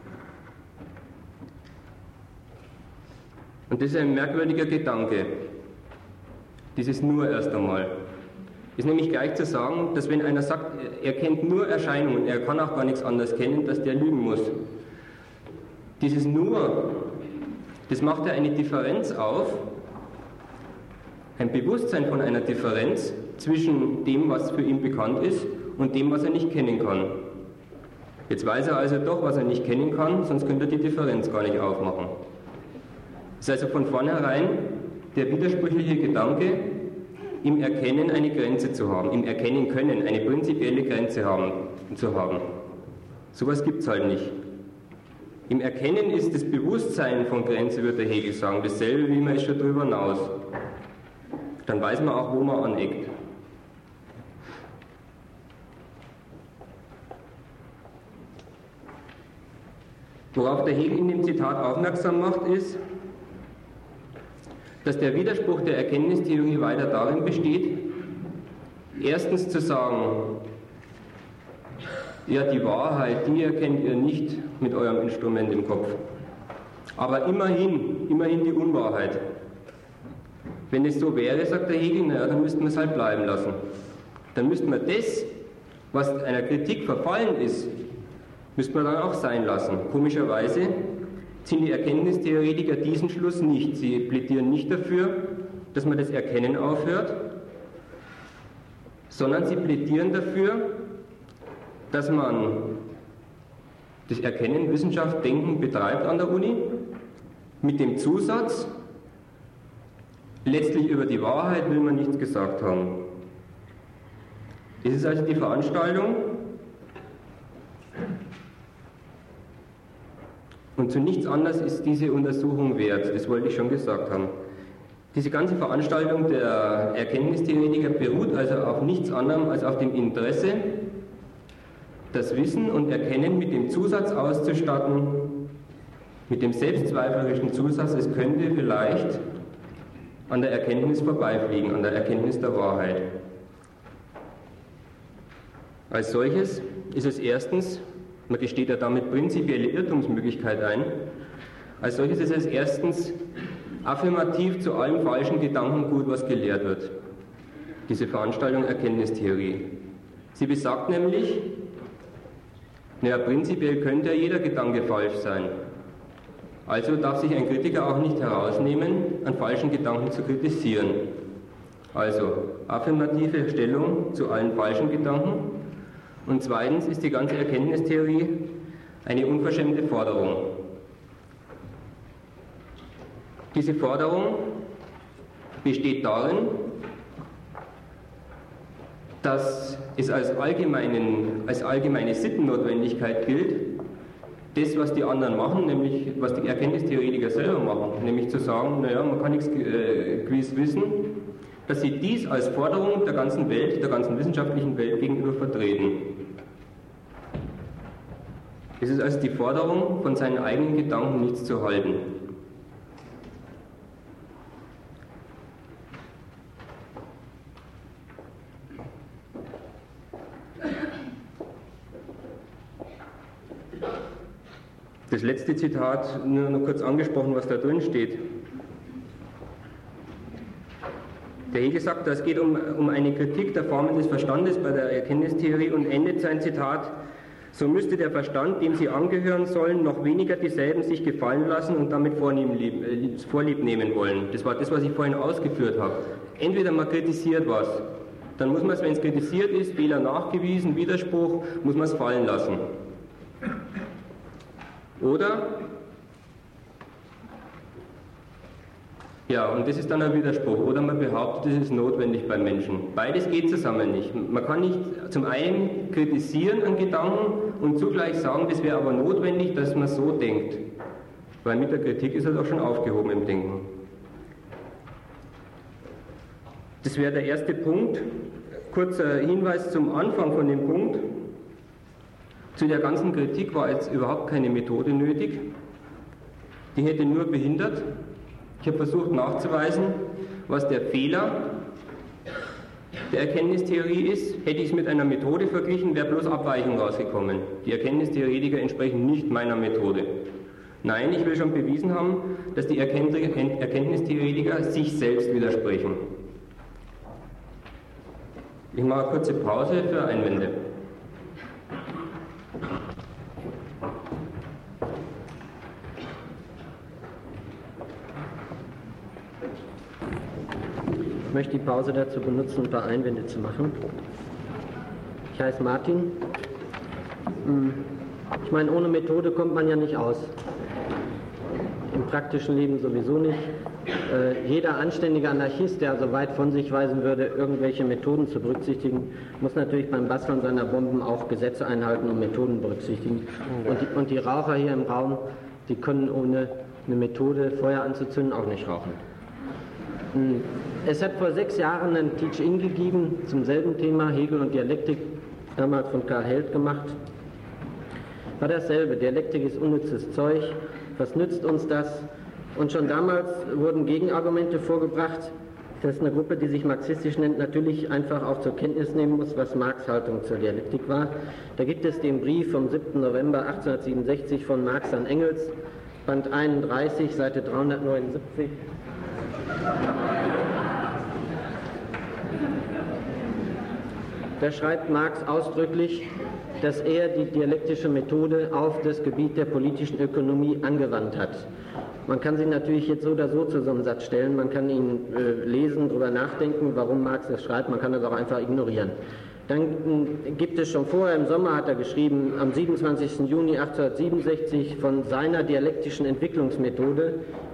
Und das ist ein merkwürdiger Gedanke, dieses Nur erst einmal. Ist nämlich gleich zu sagen, dass wenn einer sagt, er kennt nur Erscheinungen, er kann auch gar nichts anderes kennen, dass der lügen muss. Dieses Nur Das macht ja eine Differenz auf, ein Bewusstsein von einer Differenz zwischen dem, was für ihn bekannt ist, und dem, was er nicht kennen kann. Jetzt weiß er also doch, was er nicht kennen kann, sonst könnte er die Differenz gar nicht aufmachen. Es ist also von vornherein der widersprüchliche Gedanke, im Erkennen eine Grenze zu haben, im Erkennen können, eine prinzipielle Grenze zu haben. Sowas gibt es halt nicht. Im Erkennen ist das Bewusstsein von Grenze, würde der Hegel sagen, dasselbe wie man ist schon drüber hinaus. Dann weiß man auch, wo man aneckt. Worauf der Hegel in dem Zitat aufmerksam macht, ist, dass der Widerspruch der Erkenntnistheorie weiter darin besteht, erstens zu sagen, ja, die Wahrheit, die erkennt ihr nicht mit eurem Instrument im Kopf. Aber immerhin die Unwahrheit. Wenn es so wäre, sagt der Hegel, naja, dann müssten wir es halt bleiben lassen. Dann müssten wir das, was einer Kritik verfallen ist, müssten wir dann auch sein lassen. Komischerweise ziehen die Erkenntnistheoretiker diesen Schluss nicht. Sie plädieren nicht dafür, dass man das Erkennen aufhört, sondern sie plädieren dafür, dass man das Erkennen, Wissenschaft, Denken betreibt an der Uni, mit dem Zusatz, letztlich über die Wahrheit will man nichts gesagt haben. Das ist also die Veranstaltung. Und zu nichts anderes ist diese Untersuchung wert, das wollte ich schon gesagt haben. Diese ganze Veranstaltung der Erkenntnistheoretiker beruht also auf nichts anderem als auf dem Interesse, das Wissen und Erkennen mit dem Zusatz auszustatten, mit dem selbstzweiflerischen Zusatz, es könnte vielleicht an der Erkenntnis vorbeifliegen, an der Erkenntnis der Wahrheit. Als solches ist es erstens, man gesteht ja damit prinzipielle Irrtumsmöglichkeit ein, als solches ist es erstens affirmativ zu allem falschen Gedankengut, was gelehrt wird. Diese Veranstaltung Erkenntnistheorie. Sie besagt nämlich, naja, prinzipiell könnte ja jeder Gedanke falsch sein. Also darf sich ein Kritiker auch nicht herausnehmen, an falschen Gedanken zu kritisieren. Also affirmative Stellung zu allen falschen Gedanken. Und zweitens ist die ganze Erkenntnistheorie eine unverschämte Forderung. Diese Forderung besteht darin, dass es als allgemeine Sittennotwendigkeit gilt, das, was die anderen machen, nämlich was die Erkenntnistheoretiker selber machen, nämlich zu sagen, naja, man kann nichts gewiss wissen, dass sie dies als Forderung der ganzen Welt, der ganzen wissenschaftlichen Welt gegenüber vertreten. Es ist also die Forderung, von seinen eigenen Gedanken nichts zu halten. Das letzte Zitat, nur noch kurz angesprochen, was da drin steht. Der Hegel sagt, es geht um eine Kritik der Formen des Verstandes bei der Erkenntnistheorie und endet sein Zitat, so müsste der Verstand, dem sie angehören sollen, noch weniger dieselben sich gefallen lassen und damit Vorlieb nehmen wollen. Das war das, was ich vorhin ausgeführt habe. Entweder man kritisiert was, dann muss man es, wenn es kritisiert ist, Fehler nachgewiesen, Widerspruch, muss man es fallen lassen. Oder, ja, und das ist dann ein Widerspruch, oder man behauptet, das ist notwendig beim Menschen. Beides geht zusammen nicht. Man kann nicht zum einen kritisieren an Gedanken und zugleich sagen, das wäre aber notwendig, dass man so denkt. Weil mit der Kritik ist er doch schon aufgehoben im Denken. Das wäre der erste Punkt. Kurzer Hinweis zum Anfang von dem Punkt. Zu der ganzen Kritik war jetzt überhaupt keine Methode nötig. Die hätte nur behindert. Ich habe versucht nachzuweisen, was der Fehler der Erkenntnistheorie ist. Hätte ich es mit einer Methode verglichen, wäre bloß Abweichung rausgekommen. Die Erkenntnistheoretiker entsprechen nicht meiner Methode. Nein, ich will schon bewiesen haben, dass die Erkenntnistheoretiker sich selbst widersprechen. Ich mache eine kurze Pause für Einwände. möchte die Pause dazu benutzen, ein paar Einwände zu machen. Ich heiße Martin. Ich meine, ohne Methode kommt man ja nicht aus. Im praktischen Leben sowieso nicht. Jeder anständige Anarchist, der also weit von sich weisen würde, irgendwelche Methoden zu berücksichtigen, muss natürlich beim Basteln seiner Bomben auch Gesetze einhalten und Methoden berücksichtigen. Und die Raucher hier im Raum, die können ohne eine Methode, Feuer anzuzünden, auch nicht rauchen. Es hat vor 6 Jahren ein Teach-In gegeben zum selben Thema, Hegel und Dialektik, damals von Karl Held gemacht. War dasselbe, Dialektik ist unnützes Zeug, was nützt uns das? Und schon damals wurden Gegenargumente vorgebracht, dass eine Gruppe, die sich marxistisch nennt, natürlich einfach auch zur Kenntnis nehmen muss, was Marx' Haltung zur Dialektik war. Da gibt es den Brief vom 7. November 1867 von Marx an Engels, Band 31, Seite 379. Da schreibt Marx ausdrücklich, dass er die dialektische Methode auf das Gebiet der politischen Ökonomie angewandt hat. Man kann sie natürlich jetzt so oder so zu so einem Satz stellen, man kann ihn lesen, darüber nachdenken, warum Marx das schreibt, man kann das auch einfach ignorieren. Dann gibt es schon vorher, im Sommer hat er geschrieben, am 27. Juni 1867 von seiner dialektischen Entwicklungsmethode.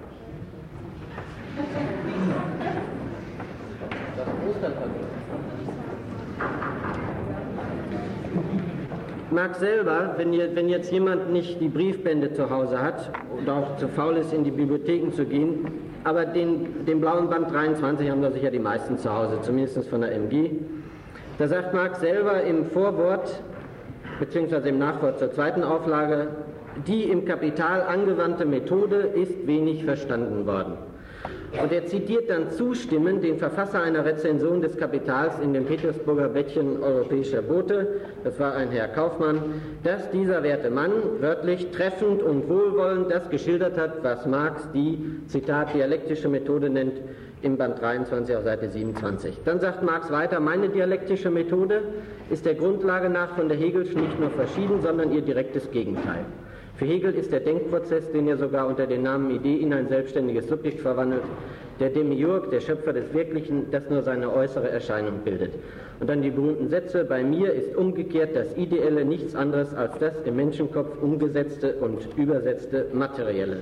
Marx selber, wenn jetzt jemand nicht die Briefbände zu Hause hat oder auch zu faul ist, in die Bibliotheken zu gehen, aber den blauen Band 23 haben da sicher die meisten zu Hause, zumindest von der MG. Da sagt Marx selber im Vorwort, beziehungsweise im Nachwort zur zweiten Auflage, die im Kapital angewandte Methode ist wenig verstanden worden. Und er zitiert dann zustimmend den Verfasser einer Rezension des Kapitals in dem Petersburger Blättchen Europäischer Bote, das war ein Herr Kaufmann, dass dieser werte Mann wörtlich treffend und wohlwollend das geschildert hat, was Marx die, Zitat, dialektische Methode nennt, im Band 23 auf Seite 27. Dann sagt Marx weiter, meine dialektische Methode ist der Grundlage nach von der Hegelschen nicht nur verschieden, sondern ihr direktes Gegenteil. Für Hegel ist der Denkprozess, den er sogar unter dem Namen Idee in ein selbstständiges Subjekt verwandelt, der Demiurg, der Schöpfer des Wirklichen, das nur seine äußere Erscheinung bildet. Und dann die berühmten Sätze, bei mir ist umgekehrt das Ideelle nichts anderes als das im Menschenkopf umgesetzte und übersetzte Materielle.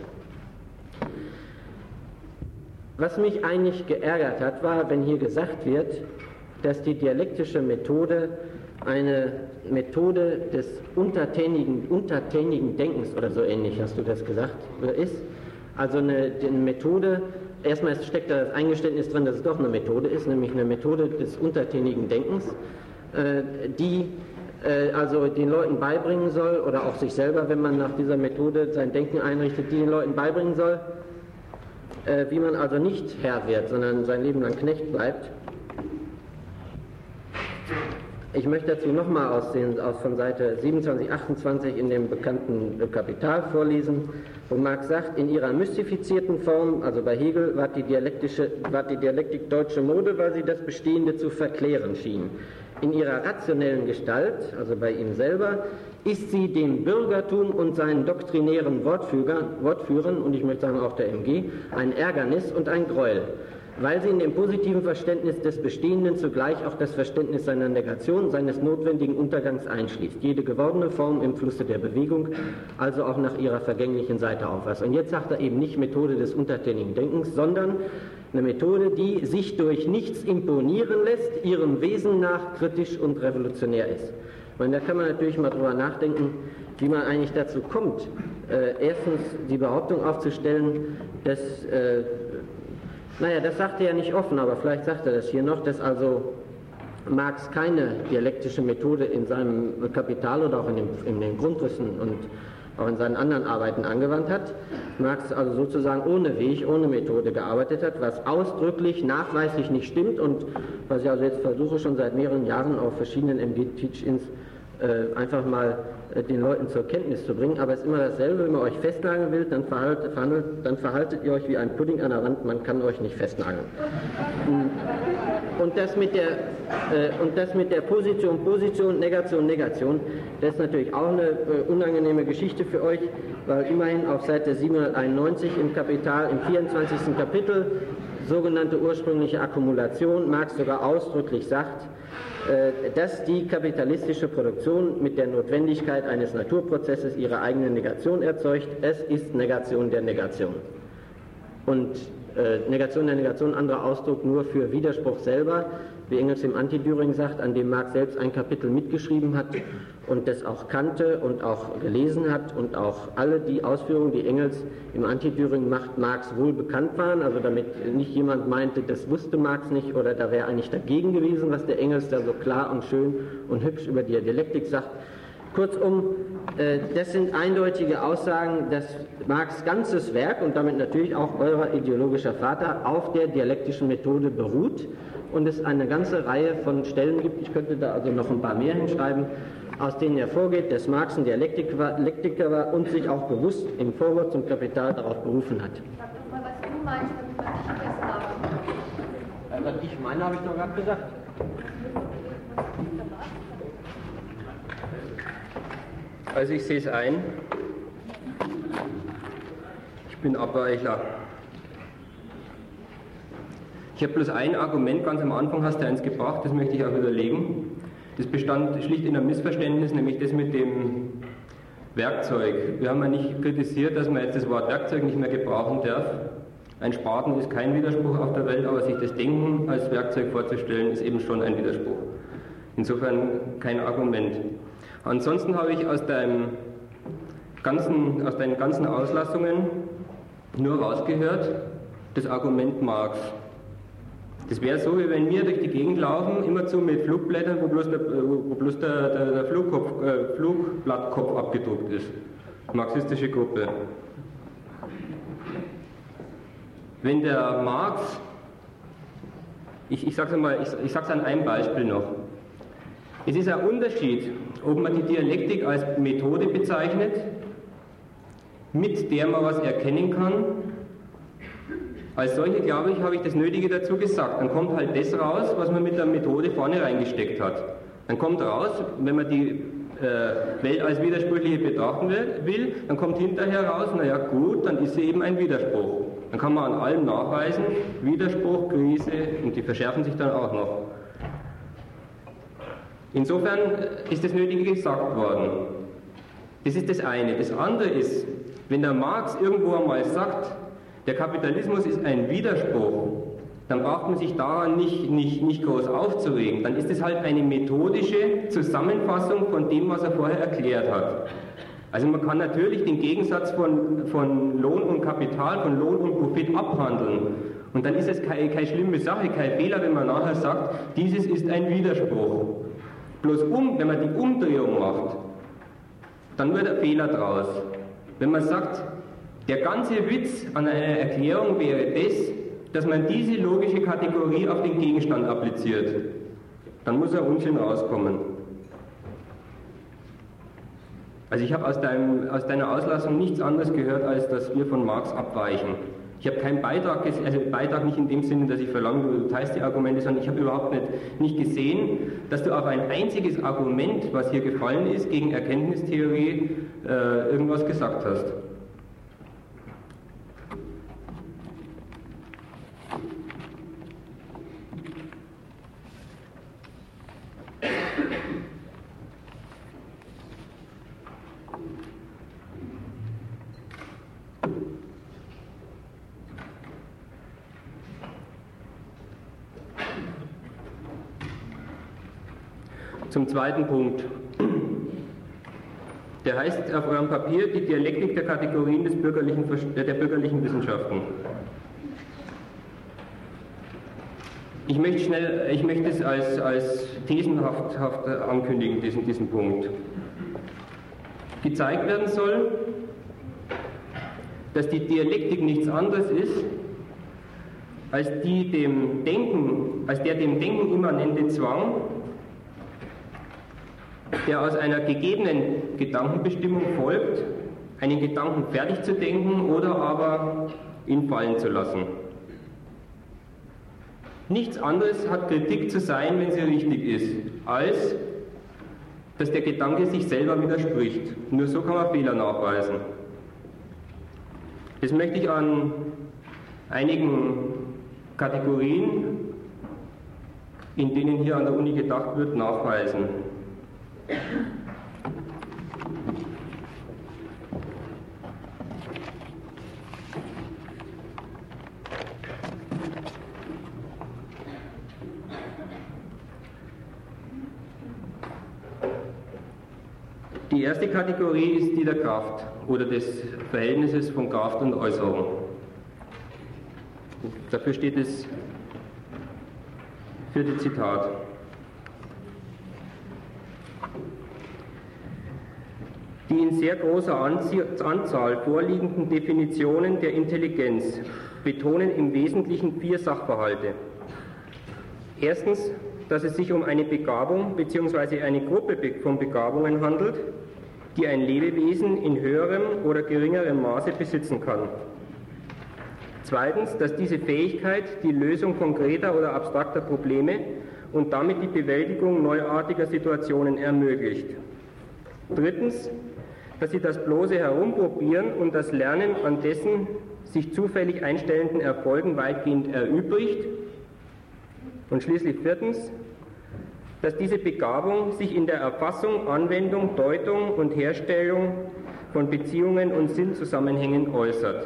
Was mich eigentlich geärgert hat, war, wenn hier gesagt wird, dass die dialektische Methode eine Methode des untertänigen Denkens oder so ähnlich, hast du das gesagt, oder ist. Also eine Methode, erstmal steckt da das Eingeständnis drin, dass es doch eine Methode ist, nämlich eine Methode des untertänigen Denkens, die also den Leuten beibringen soll, oder auch sich selber, wenn man nach dieser Methode sein Denken einrichtet, die den Leuten beibringen soll, wie man also nicht Herr wird, sondern sein Leben lang Knecht bleibt. Ich möchte dazu nochmal von Seite 27, 28 in dem bekannten Kapital vorlesen, wo Marx sagt, in ihrer mystifizierten Form, also bei Hegel, war die Dialektik deutsche Mode, weil sie das Bestehende zu verklären schien. In ihrer rationellen Gestalt, also bei ihm selber, ist sie dem Bürgertum und seinen doktrinären Wortführern, und ich möchte sagen auch der MG, ein Ärgernis und ein Gräuel, weil sie in dem positiven Verständnis des Bestehenden zugleich auch das Verständnis seiner Negation, seines notwendigen Untergangs einschließt. Jede gewordene Form im Flusse der Bewegung, also auch nach ihrer vergänglichen Seite aufweist. Und jetzt sagt er eben nicht Methode des untertänigen Denkens, sondern eine Methode, die sich durch nichts imponieren lässt, ihrem Wesen nach kritisch und revolutionär ist. Und da kann man natürlich mal drüber nachdenken, wie man eigentlich dazu kommt, erstens die Behauptung aufzustellen, dass das sagt er ja nicht offen, aber vielleicht sagt er das hier noch, dass also Marx keine dialektische Methode in seinem Kapital oder auch in den Grundrissen und auch in seinen anderen Arbeiten angewandt hat. Marx also sozusagen ohne Weg, ohne Methode gearbeitet hat, was ausdrücklich, nachweislich nicht stimmt und was ich also jetzt versuche schon seit mehreren Jahren auf verschiedenen MG-Teach-Ins einfach mal den Leuten zur Kenntnis zu bringen, aber es ist immer dasselbe, wenn man euch festnageln will, dann verhaltet ihr euch wie ein Pudding an der Wand, man kann euch nicht festnageln. Und das mit der Position, Negation, das ist natürlich auch eine unangenehme Geschichte für euch, weil immerhin auf Seite 791 im Kapital, im 24. Kapitel, sogenannte ursprüngliche Akkumulation Marx sogar ausdrücklich sagt, dass die kapitalistische Produktion mit der Notwendigkeit eines Naturprozesses ihre eigene Negation erzeugt. Es ist Negation der Negation. Und Negation der Negation, anderer Ausdruck nur für Widerspruch selber, wie Engels im Anti-Düring sagt, an dem Marx selbst ein Kapitel mitgeschrieben hat und das auch kannte und auch gelesen hat und auch alle die Ausführungen, die Engels im Anti-Düring macht, Marx wohl bekannt waren, also damit nicht jemand meinte, das wusste Marx nicht oder da wäre eigentlich dagegen gewesen, was der Engels da so klar und schön und hübsch über die Dialektik sagt. Kurzum, das sind eindeutige Aussagen, dass Marx' ganzes Werk und damit natürlich auch euer ideologischer Vater auf der dialektischen Methode beruht und es eine ganze Reihe von Stellen gibt, ich könnte da also noch ein paar mehr hinschreiben, aus denen hervorgeht, dass Marx ein Dialektiker war und sich auch bewusst im Vorwort zum Kapital darauf berufen hat. Sag doch mal, was du meinst, damit wir nicht festnageln. Was ich meine, habe ich doch gerade gesagt. Also ich sehe es ein, ich bin Abweichler. Ich habe bloß ein Argument, ganz am Anfang hast du eins gebracht, das möchte ich auch widerlegen. Das bestand schlicht in einem Missverständnis, nämlich das mit dem Werkzeug. Wir haben ja nicht kritisiert, dass man jetzt das Wort Werkzeug nicht mehr gebrauchen darf. Ein Spaten ist kein Widerspruch auf der Welt, aber sich das Denken als Werkzeug vorzustellen, ist eben schon ein Widerspruch. Insofern kein Argument. Ansonsten habe ich aus deinen ganzen Auslassungen nur rausgehört, das Argument Marx. Das wäre so, wie wenn wir durch die Gegend laufen, immerzu mit Flugblättern, wo bloß der Flugblattkopf abgedruckt ist. Marxistische Gruppe. Wenn der Marx, ich sage es an einem Beispiel noch. Es ist ein Unterschied, ob man die Dialektik als Methode bezeichnet, mit der man was erkennen kann. Als solche, glaube ich, habe ich das Nötige dazu gesagt. Dann kommt halt das raus, was man mit der Methode vorne reingesteckt hat. Dann kommt raus, wenn man die Welt als widersprüchliche betrachten will, dann kommt hinterher raus, naja gut, dann ist sie eben ein Widerspruch. Dann kann man an allem nachweisen, Widerspruch, Krise, und die verschärfen sich dann auch noch. Insofern ist das Nötige gesagt worden. Das ist das eine. Das andere ist, wenn der Marx irgendwo einmal sagt, der Kapitalismus ist ein Widerspruch, dann braucht man sich daran nicht groß aufzuregen. Dann ist es halt eine methodische Zusammenfassung von dem, was er vorher erklärt hat. Also man kann natürlich den Gegensatz von Lohn und Kapital, von Lohn und Profit abhandeln. Und dann ist es keine schlimme Sache, kein Fehler, wenn man nachher sagt, dieses ist ein Widerspruch. Bloß wenn man die Umdrehung macht, dann wird ein Fehler draus. Wenn man sagt, der ganze Witz an einer Erklärung wäre das, dass man diese logische Kategorie auf den Gegenstand appliziert, dann muss ein Unsinn rauskommen. Also ich habe aus deiner Auslassung nichts anderes gehört, als dass wir von Marx abweichen. Ich habe keinen Beitrag, also Beitrag nicht in dem Sinne, dass ich verlange, du teilst die Argumente, sondern ich habe überhaupt nicht gesehen, dass du auf ein einziges Argument, was hier gefallen ist, gegen Erkenntnistheorie irgendwas gesagt hast. Zum zweiten Punkt. Der heißt auf eurem Papier die Dialektik der Kategorien der bürgerlichen Wissenschaften. Ich möchte es als thesenhaft ankündigen, diesen Punkt. Gezeigt werden soll, dass die Dialektik nichts anderes ist, als der dem Denken immanente Zwang, der aus einer gegebenen Gedankenbestimmung folgt, einen Gedanken fertig zu denken oder aber ihn fallen zu lassen. Nichts anderes hat Kritik zu sein, wenn sie richtig ist, als dass der Gedanke sich selber widerspricht. Nur so kann man Fehler nachweisen. Das möchte ich an einigen Kategorien, in denen hier an der Uni gedacht wird, nachweisen. Die erste Kategorie ist die der Kraft oder des Verhältnisses von Kraft und Äußerung. Dafür steht das vierte Zitat. Die in sehr großer Anzahl vorliegenden Definitionen der Intelligenz betonen im Wesentlichen 4 Sachverhalte. Erstens, dass es sich um eine Begabung bzw. eine Gruppe von Begabungen handelt, die ein Lebewesen in höherem oder geringerem Maße besitzen kann. Zweitens, dass diese Fähigkeit die Lösung konkreter oder abstrakter Probleme und damit die Bewältigung neuartiger Situationen ermöglicht. Drittens, dass sie das bloße Herumprobieren und das Lernen an dessen sich zufällig einstellenden Erfolgen weitgehend erübrigt. Und schließlich viertens, dass diese Begabung sich in der Erfassung, Anwendung, Deutung und Herstellung von Beziehungen und Sinnzusammenhängen äußert.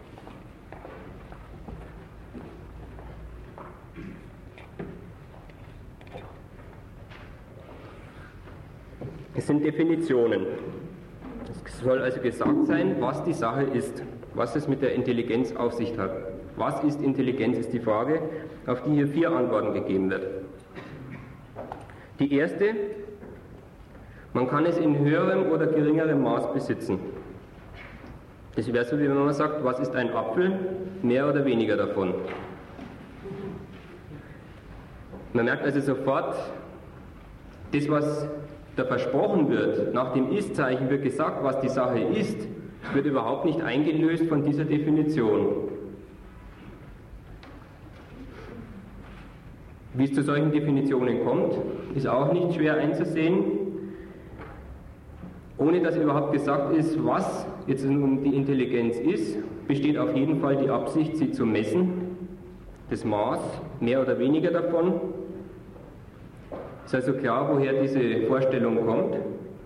Es sind Definitionen. Es soll also gesagt sein, was die Sache ist, was es mit der Intelligenz auf sich hat. Was ist Intelligenz, ist die Frage, auf die hier 4 Antworten gegeben wird. Die erste, man kann es in höherem oder geringerem Maß besitzen. Das wäre so, wie wenn man sagt, was ist ein Apfel, mehr oder weniger davon. Man merkt also sofort, das, was da versprochen wird, nach dem Ist-Zeichen wird gesagt, was die Sache ist, wird überhaupt nicht eingelöst von dieser Definition. Wie es zu solchen Definitionen kommt, ist auch nicht schwer einzusehen. Ohne dass überhaupt gesagt ist, was jetzt nun die Intelligenz ist, besteht auf jeden Fall die Absicht, sie zu messen, das Maß, mehr oder weniger davon. Ist also klar, woher diese Vorstellung kommt.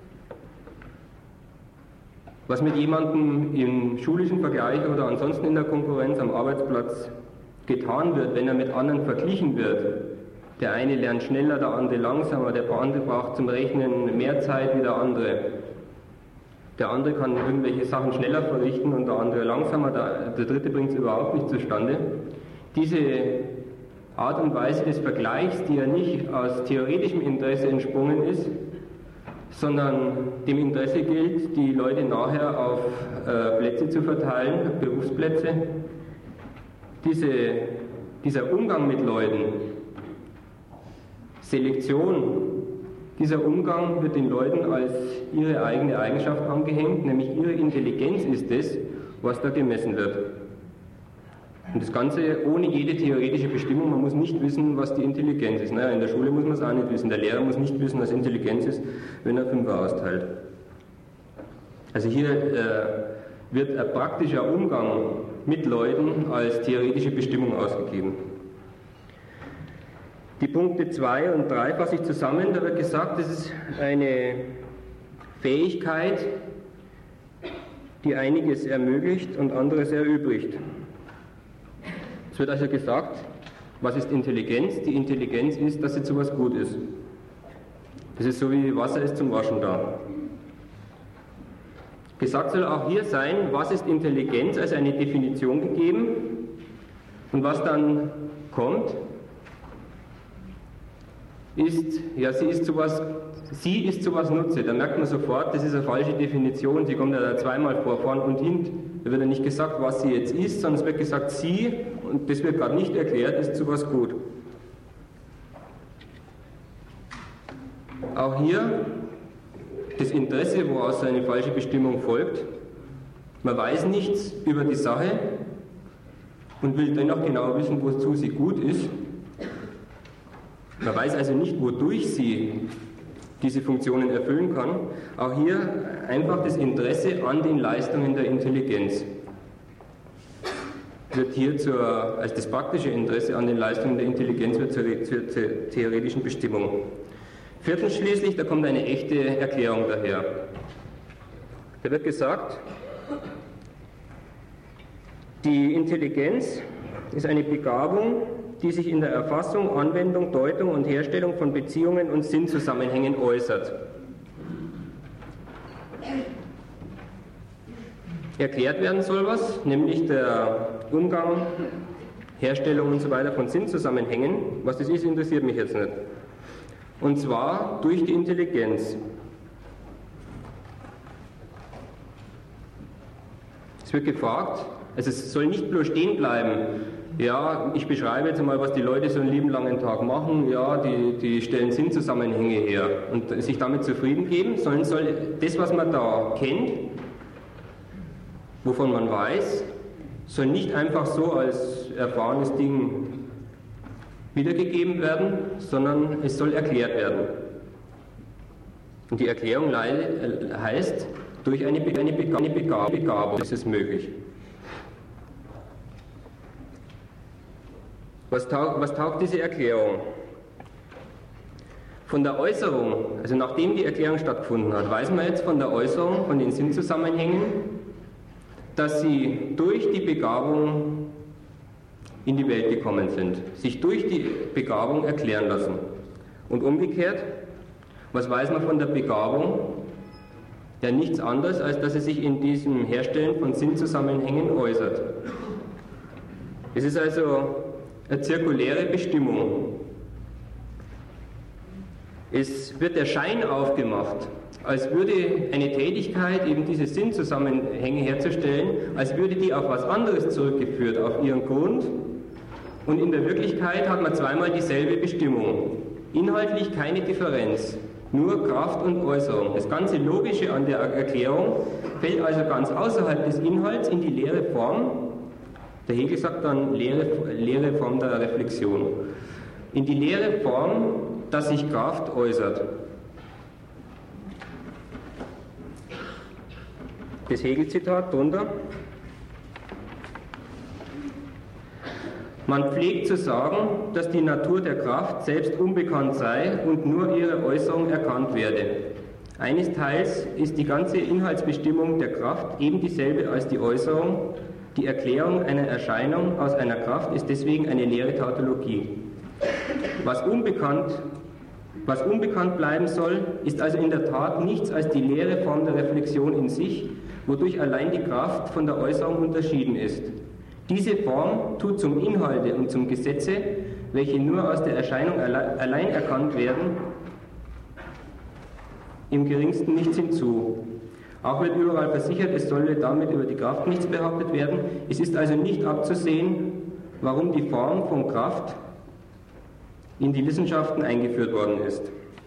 Was mit jemandem im schulischen Vergleich oder ansonsten in der Konkurrenz am Arbeitsplatz getan wird, wenn er mit anderen verglichen wird. Der eine lernt schneller, der andere langsamer, der andere braucht zum Rechnen mehr Zeit wie der andere. Der andere kann irgendwelche Sachen schneller verrichten und der andere langsamer, der dritte bringt es überhaupt nicht zustande. Diese Art und Weise des Vergleichs, die ja nicht aus theoretischem Interesse entsprungen ist, sondern dem Interesse gilt, die Leute nachher auf Plätze zu verteilen, Berufsplätze. Dieser Umgang mit Leuten, Selektion, dieser Umgang wird den Leuten als ihre eigene Eigenschaft angehängt, nämlich ihre Intelligenz ist es, was da gemessen wird. Und das Ganze ohne jede theoretische Bestimmung, man muss nicht wissen, was die Intelligenz ist. Naja, in der Schule muss man es auch nicht wissen, der Lehrer muss nicht wissen, was Intelligenz ist, wenn er 5er austeilt. Also hier wird ein praktischer Umgang mit Leuten als theoretische Bestimmung ausgegeben. Die Punkte 2 und 3 fasse ich zusammen, da wird gesagt, das ist eine Fähigkeit, die einiges ermöglicht und anderes erübrigt. Es wird also gesagt, was ist Intelligenz? Die Intelligenz ist, dass sie zu was gut ist. Das ist so wie Wasser ist zum Waschen da. Gesagt soll auch hier sein, was ist Intelligenz, als eine Definition gegeben und was dann kommt, ist, ja, sie ist zu was Nutze. Da merkt man sofort, das ist eine falsche Definition, sie kommt ja da zweimal vor, vorn und hinten. Da wird ja nicht gesagt, was sie jetzt ist, sondern es wird gesagt, sie, und das wird gerade nicht erklärt, ist zu was gut. Auch hier das Interesse, woraus eine falsche Bestimmung folgt. Man weiß nichts über die Sache und will dennoch genau wissen, wozu sie gut ist. Man weiß also nicht, wodurch sie diese Funktionen erfüllen kann. Auch hier einfach das Interesse an den Leistungen der Intelligenz. wird hier als das praktische Interesse an den Leistungen der Intelligenz wird zur theoretischen Bestimmung. Viertens schließlich, da kommt eine echte Erklärung daher. Da wird gesagt, die Intelligenz ist eine Begabung, die sich in der Erfassung, Anwendung, Deutung und Herstellung von Beziehungen und Sinnzusammenhängen äußert. Erklärt werden soll was, nämlich der Umgang, Herstellung und so weiter von Sinnzusammenhängen. Was das ist, interessiert mich jetzt nicht. Und zwar durch die Intelligenz. Es wird gefragt, also es soll nicht bloß stehen bleiben, ja, ich beschreibe jetzt einmal, was die Leute so einen lieben langen Tag machen, ja, die stellen Sinnzusammenhänge her und sich damit zufrieden geben, sondern soll das, was man da kennt, wovon man weiß, soll nicht einfach so als erfahrenes Ding wiedergegeben werden, sondern es soll erklärt werden. Und die Erklärung heißt, durch eine Begabung ist es möglich. Was taugt diese Erklärung? Von der Äußerung, also nachdem die Erklärung stattgefunden hat, weiß man jetzt von der Äußerung, von den Sinnzusammenhängen, dass sie durch die Begabung in die Welt gekommen sind, sich durch die Begabung erklären lassen. Und umgekehrt, was weiß man von der Begabung? Ja, nichts anderes, als dass sie sich in diesem Herstellen von Sinnzusammenhängen äußert. Es ist also eine zirkuläre Bestimmung. Es wird der Schein aufgemacht, als würde eine Tätigkeit, eben diese Sinnzusammenhänge herzustellen, als würde die auf was anderes zurückgeführt, auf ihren Grund. Und in der Wirklichkeit hat man zweimal dieselbe Bestimmung. Inhaltlich keine Differenz, nur Kraft und Äußerung. Das ganze Logische an der Erklärung fällt also ganz außerhalb des Inhalts in die leere Form. Der Hegel sagt dann leere Form der Reflexion. In die leere Form, dass sich Kraft äußert. Das Hegel-Zitat drunter. Man pflegt zu sagen, dass die Natur der Kraft selbst unbekannt sei und nur ihre Äußerung erkannt werde. Eines Teils ist die ganze Inhaltsbestimmung der Kraft eben dieselbe als die Äußerung. Die Erklärung einer Erscheinung aus einer Kraft ist deswegen eine leere Tautologie. Was unbekannt bleiben soll, ist also in der Tat nichts als die leere Form der Reflexion in sich, wodurch allein die Kraft von der Äußerung unterschieden ist. Diese Form tut zum Inhalte und zum Gesetze, welche nur aus der Erscheinung allein erkannt werden, im geringsten nichts hinzu. Auch wird überall versichert, es solle damit über die Kraft nichts behauptet werden. Es ist also nicht abzusehen, warum die Form von Kraft in die Wissenschaften eingeführt worden ist.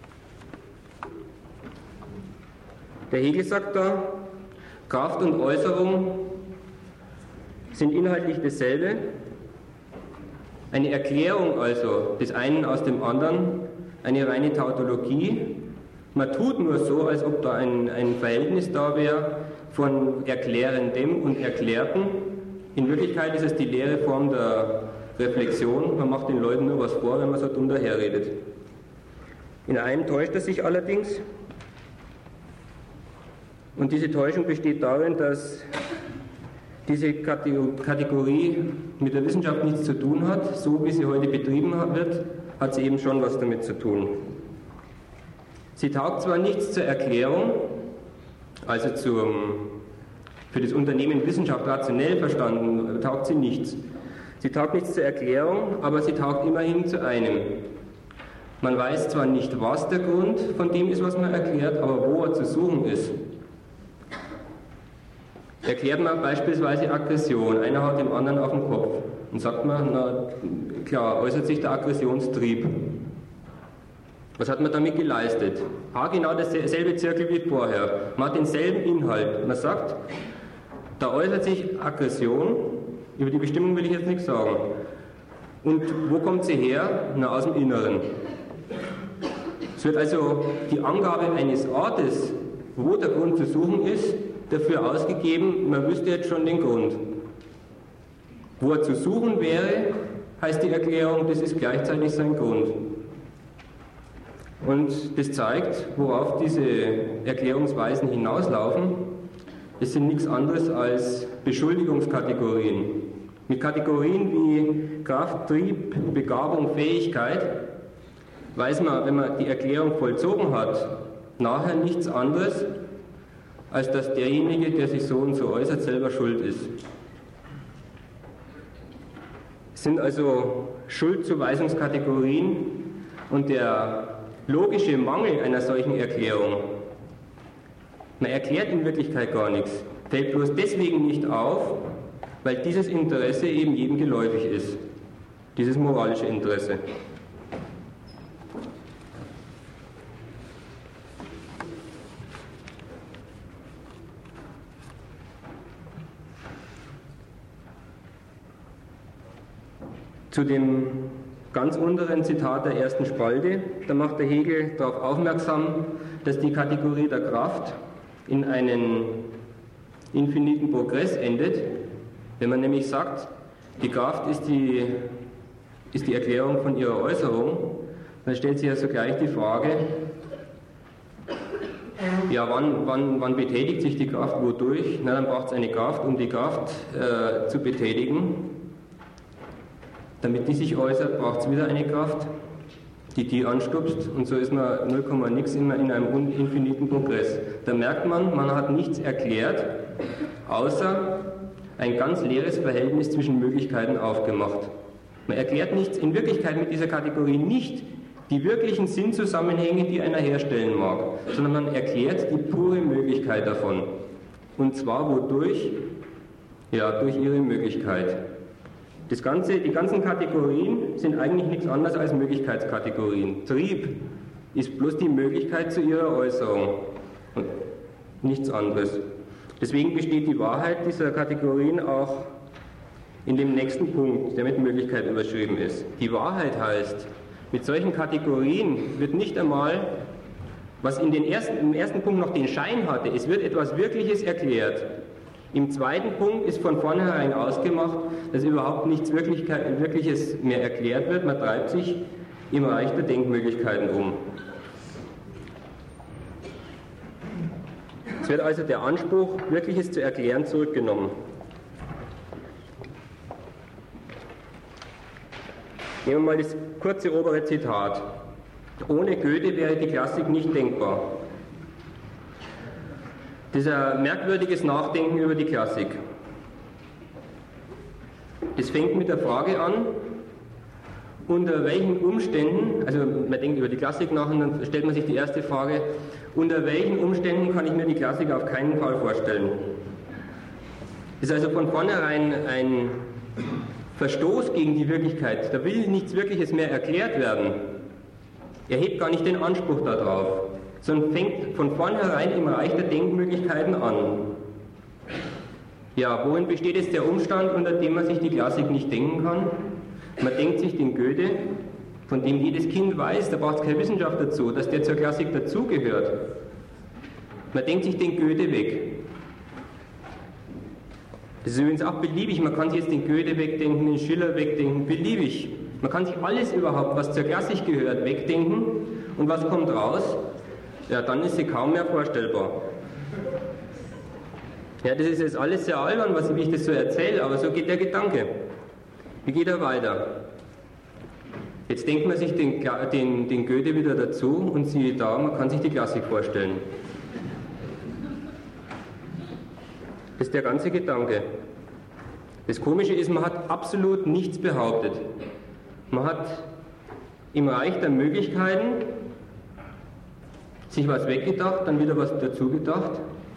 Der Hegel sagt da, Kraft und Äußerung sind inhaltlich dasselbe. Eine Erklärung also des einen aus dem anderen, eine reine Tautologie. Man tut nur so, als ob da ein Verhältnis da wäre von Erklärendem und Erklärten. In Wirklichkeit ist es die leere Form der Reflexion. Man macht den Leuten nur was vor, wenn man so dumm daherredet. In einem täuscht er sich allerdings. Und diese Täuschung besteht darin, dass diese Kategorie mit der Wissenschaft nichts zu tun hat. So wie sie heute betrieben wird, hat sie eben schon was damit zu tun. Sie taugt zwar nichts zur Erklärung, also für das Unternehmen Wissenschaft rationell verstanden, taugt sie nichts. Sie taugt nichts zur Erklärung, aber sie taugt immerhin zu einem. Man weiß zwar nicht, was der Grund von dem ist, was man erklärt, aber wo er zu suchen ist. Erklärt man beispielsweise Aggression, einer haut dem anderen auf den Kopf und sagt man, na klar, äußert sich der Aggressionstrieb. Was hat man damit geleistet? Genau derselbe Zirkel wie vorher. Man hat denselben Inhalt. Man sagt, da äußert sich Aggression, über die Bestimmung will ich jetzt nichts sagen. Und wo kommt sie her? Na, aus dem Inneren. Es wird also die Angabe eines Ortes, wo der Grund zu suchen ist, dafür ausgegeben, man wüsste jetzt schon den Grund. Wo er zu suchen wäre, heißt die Erklärung, das ist gleichzeitig sein Grund. Und das zeigt, worauf diese Erklärungsweisen hinauslaufen. Es sind nichts anderes als Beschuldigungskategorien. Mit Kategorien wie Kraft, Trieb, Begabung, Fähigkeit weiß man, wenn man die Erklärung vollzogen hat, nachher nichts anderes, als dass derjenige, der sich so und so äußert, selber schuld ist. Es sind also Schuldzuweisungskategorien und der logische Mangel einer solchen Erklärung, man erklärt in Wirklichkeit gar nichts, fällt bloß deswegen nicht auf, weil dieses Interesse eben jedem geläufig ist, dieses moralische Interesse. Zu dem ganz unteren Zitat der ersten Spalte, da macht der Hegel darauf aufmerksam, dass die Kategorie der Kraft in einen infiniten Progress endet. Wenn man nämlich sagt, die Kraft ist die Erklärung von ihrer Äußerung, dann stellt sich ja sogleich die Frage, ja, wann betätigt sich die Kraft wodurch? Na, dann braucht es eine Kraft, um die Kraft zu betätigen. Damit die sich äußert, braucht es wieder eine Kraft, die anstupst, und so ist man 0, nix immer in einem infiniten Progress. Da merkt man, man hat nichts erklärt, außer ein ganz leeres Verhältnis zwischen Möglichkeiten aufgemacht. Man erklärt nichts, in Wirklichkeit mit dieser Kategorie nicht die wirklichen Sinnzusammenhänge, die einer herstellen mag, sondern man erklärt die pure Möglichkeit davon. Und zwar wodurch? Ja, durch ihre Möglichkeit. Die ganzen Kategorien sind eigentlich nichts anderes als Möglichkeitskategorien. Trieb ist bloß die Möglichkeit zu ihrer Äußerung und nichts anderes. Deswegen besteht die Wahrheit dieser Kategorien auch in dem nächsten Punkt, der mit Möglichkeit überschrieben ist. Die Wahrheit heißt, mit solchen Kategorien wird nicht einmal, was im ersten Punkt noch den Schein hatte, es wird etwas Wirkliches erklärt. Im zweiten Punkt ist von vornherein ausgemacht, dass überhaupt nichts Wirkliches mehr erklärt wird. Man treibt sich im Reich der Denkmöglichkeiten um. Es wird also der Anspruch, Wirkliches zu erklären, zurückgenommen. Nehmen wir mal das kurze obere Zitat. Ohne Goethe wäre die Klassik nicht denkbar. Das ist ein merkwürdiges Nachdenken über die Klassik. Das fängt mit der Frage an, unter welchen Umständen, also man denkt über die Klassik nach und dann stellt man sich die erste Frage, unter welchen Umständen kann ich mir die Klassik auf keinen Fall vorstellen. Das ist also von vornherein ein Verstoß gegen die Wirklichkeit. Da will nichts Wirkliches mehr erklärt werden. Er hebt gar nicht den Anspruch darauf, sondern fängt von vornherein im Reich der Denkmöglichkeiten an. Ja, worin besteht jetzt der Umstand, unter dem man sich die Klassik nicht denken kann? Man denkt sich den Goethe, von dem jedes Kind weiß, da braucht es keine Wissenschaft dazu, dass der zur Klassik dazugehört. Man denkt sich den Goethe weg. Das ist übrigens auch beliebig, man kann sich jetzt den Goethe wegdenken, den Schiller wegdenken, beliebig. Man kann sich alles überhaupt, was zur Klassik gehört, wegdenken und was kommt raus? Ja, dann ist sie kaum mehr vorstellbar. Ja, das ist jetzt alles sehr albern, wie ich das so erzähle, aber so geht der Gedanke. Wie geht er weiter? Jetzt denkt man sich den Goethe wieder dazu und siehe da, man kann sich die Klassik vorstellen. Das ist der ganze Gedanke. Das Komische ist, man hat absolut nichts behauptet. Man hat im Reich der Möglichkeiten sich was weggedacht, dann wieder was dazu gedacht.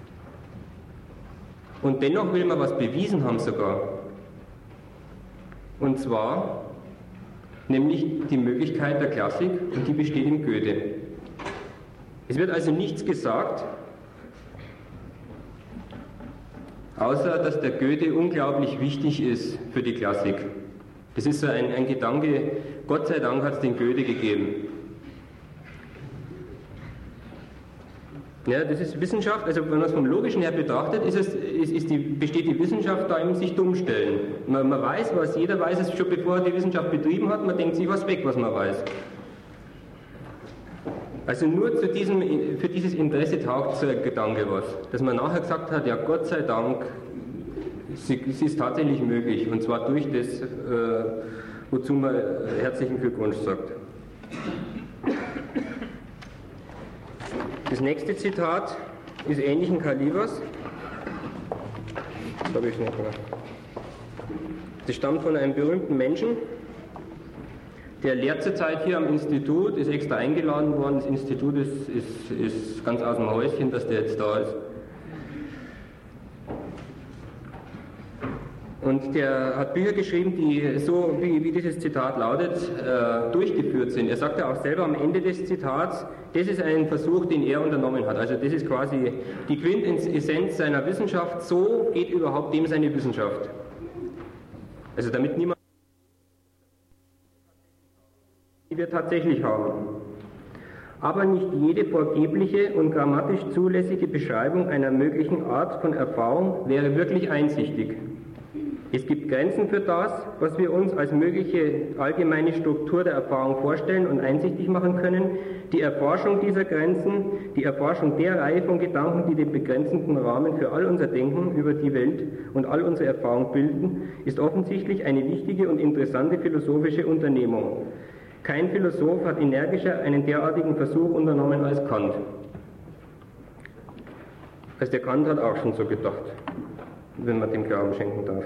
Und dennoch will man was bewiesen haben sogar. Und zwar, nämlich die Möglichkeit der Klassik, und die besteht im Goethe. Es wird also nichts gesagt, außer dass der Goethe unglaublich wichtig ist für die Klassik. Das ist so ein Gedanke, Gott sei Dank hat es den Goethe gegeben. Ja, das ist Wissenschaft, also wenn man es vom Logischen her betrachtet, besteht die Wissenschaft da im sich dumm stellen. Man weiß was, jeder weiß es schon bevor er die Wissenschaft betrieben hat, man denkt sich was weg, was man weiß. Also nur für dieses Interesse taugt der Gedanke was. Dass man nachher gesagt hat, ja Gott sei Dank, es ist tatsächlich möglich, und zwar durch das, wozu man herzlichen Glückwunsch sagt. Das nächste Zitat ist ähnlichen Kalibers. Das habe ich nicht mehr. Das stammt von einem berühmten Menschen, der lehrt zurzeit hier am Institut, ist extra eingeladen worden. Das Institut ist ganz aus dem Häuschen, dass der jetzt da ist. Und der hat Bücher geschrieben, die so, wie dieses Zitat lautet, durchgeführt sind. Er sagte auch selber am Ende des Zitats, das ist ein Versuch, den er unternommen hat. Also das ist quasi die Quintessenz seiner Wissenschaft. So geht überhaupt dem seine Wissenschaft. Also damit niemand, die wir tatsächlich haben. Aber nicht jede vorgebliche und grammatisch zulässige Beschreibung einer möglichen Art von Erfahrung wäre wirklich einsichtig. Es gibt Grenzen für das, was wir uns als mögliche allgemeine Struktur der Erfahrung vorstellen und einsichtig machen können. Die Erforschung dieser Grenzen, die Erforschung der Reihe von Gedanken, die den begrenzenden Rahmen für all unser Denken über die Welt und all unsere Erfahrung bilden, ist offensichtlich eine wichtige und interessante philosophische Unternehmung. Kein Philosoph hat energischer einen derartigen Versuch unternommen als Kant. Also der Kant hat auch schon so gedacht, wenn man dem Glauben schenken darf.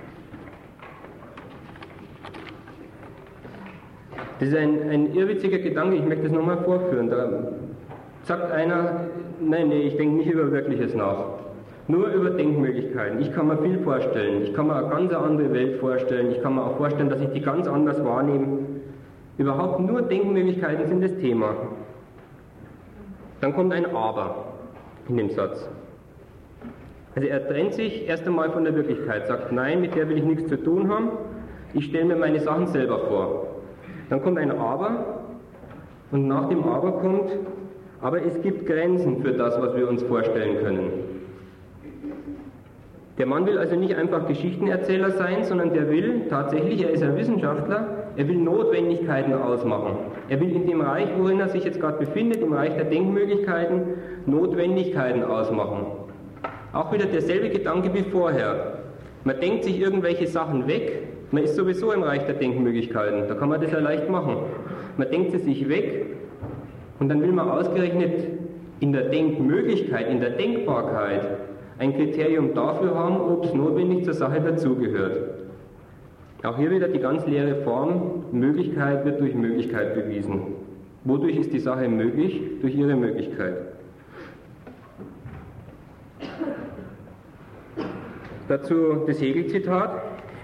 Das ist ein irrwitziger Gedanke, ich möchte das nochmal vorführen. Da sagt einer, nein, ich denke nicht über Wirkliches nach. Nur über Denkmöglichkeiten. Ich kann mir viel vorstellen. Ich kann mir eine ganz andere Welt vorstellen. Ich kann mir auch vorstellen, dass ich die ganz anders wahrnehme. Überhaupt nur Denkmöglichkeiten sind das Thema. Dann kommt ein Aber in dem Satz. Also er trennt sich erst einmal von der Wirklichkeit, sagt, nein, mit der will ich nichts zu tun haben, ich stelle mir meine Sachen selber vor. Dann kommt ein Aber und nach dem Aber kommt, aber es gibt Grenzen für das, was wir uns vorstellen können. Der Mann will also nicht einfach Geschichtenerzähler sein, sondern der will tatsächlich, er ist ein Wissenschaftler, er will Notwendigkeiten ausmachen. Er will in dem Reich, worin er sich jetzt gerade befindet, im Reich der Denkmöglichkeiten, Notwendigkeiten ausmachen. Auch wieder derselbe Gedanke wie vorher. Man denkt sich irgendwelche Sachen weg, man ist sowieso im Reich der Denkmöglichkeiten, da kann man das ja leicht machen. Man denkt sie sich weg und dann will man ausgerechnet in der Denkmöglichkeit, in der Denkbarkeit ein Kriterium dafür haben, ob es notwendig zur Sache dazugehört. Auch hier wieder die ganz leere Form, Möglichkeit wird durch Möglichkeit bewiesen. Wodurch ist die Sache möglich? Durch ihre Möglichkeit. Dazu das Hegel-Zitat.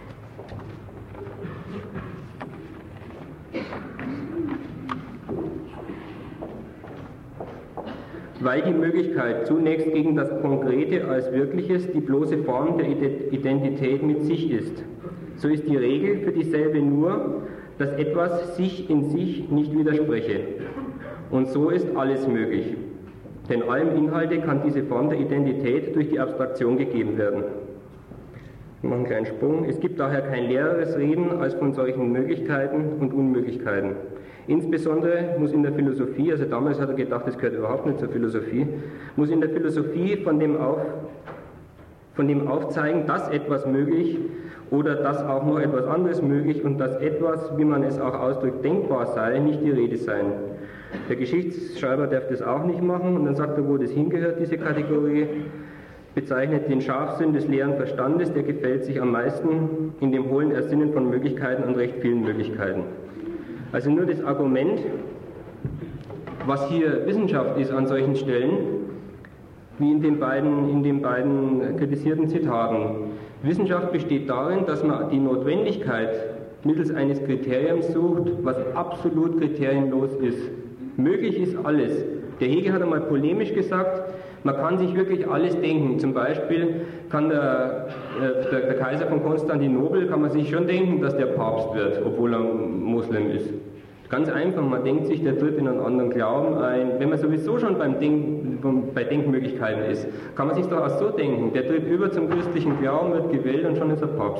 Weil die Möglichkeit zunächst gegen das Konkrete als Wirkliches die bloße Form der Identität mit sich ist, so ist die Regel für dieselbe nur, dass etwas sich in sich nicht widerspreche. Und so ist alles möglich. Denn allem Inhalte kann diese Form der Identität durch die Abstraktion gegeben werden. Wir machen einen kleinen Sprung. Es gibt daher kein leereres Reden als von solchen Möglichkeiten und Unmöglichkeiten. Insbesondere muss in der Philosophie, also damals hat er gedacht, das gehört überhaupt nicht zur Philosophie, muss in der Philosophie von dem aufzeigen, dass etwas möglich oder dass auch noch etwas anderes möglich und dass etwas, wie man es auch ausdrückt, denkbar sei, nicht die Rede sein. Der Geschichtsschreiber darf das auch nicht machen und dann sagt er, wo das hingehört, diese Kategorie, bezeichnet den Scharfsinn des leeren Verstandes, der gefällt sich am meisten in dem hohlen Ersinnen von Möglichkeiten und recht vielen Möglichkeiten. Also nur das Argument, was hier Wissenschaft ist an solchen Stellen, wie in den beiden kritisierten Zitaten. Wissenschaft besteht darin, dass man die Notwendigkeit mittels eines Kriteriums sucht, was absolut kriterienlos ist. Möglich ist alles. Der Hegel hat einmal polemisch gesagt, man kann sich wirklich alles denken. Zum Beispiel kann der Kaiser von Konstantinopel, kann man sich schon denken, dass der Papst wird, obwohl er Moslem ist. Ganz einfach, man denkt sich, der tritt in einen anderen Glauben ein. Wenn man sowieso schon bei Denkmöglichkeiten ist, kann man sich doch auch so denken, der tritt über zum christlichen Glauben, wird gewählt und schon ist er Papst.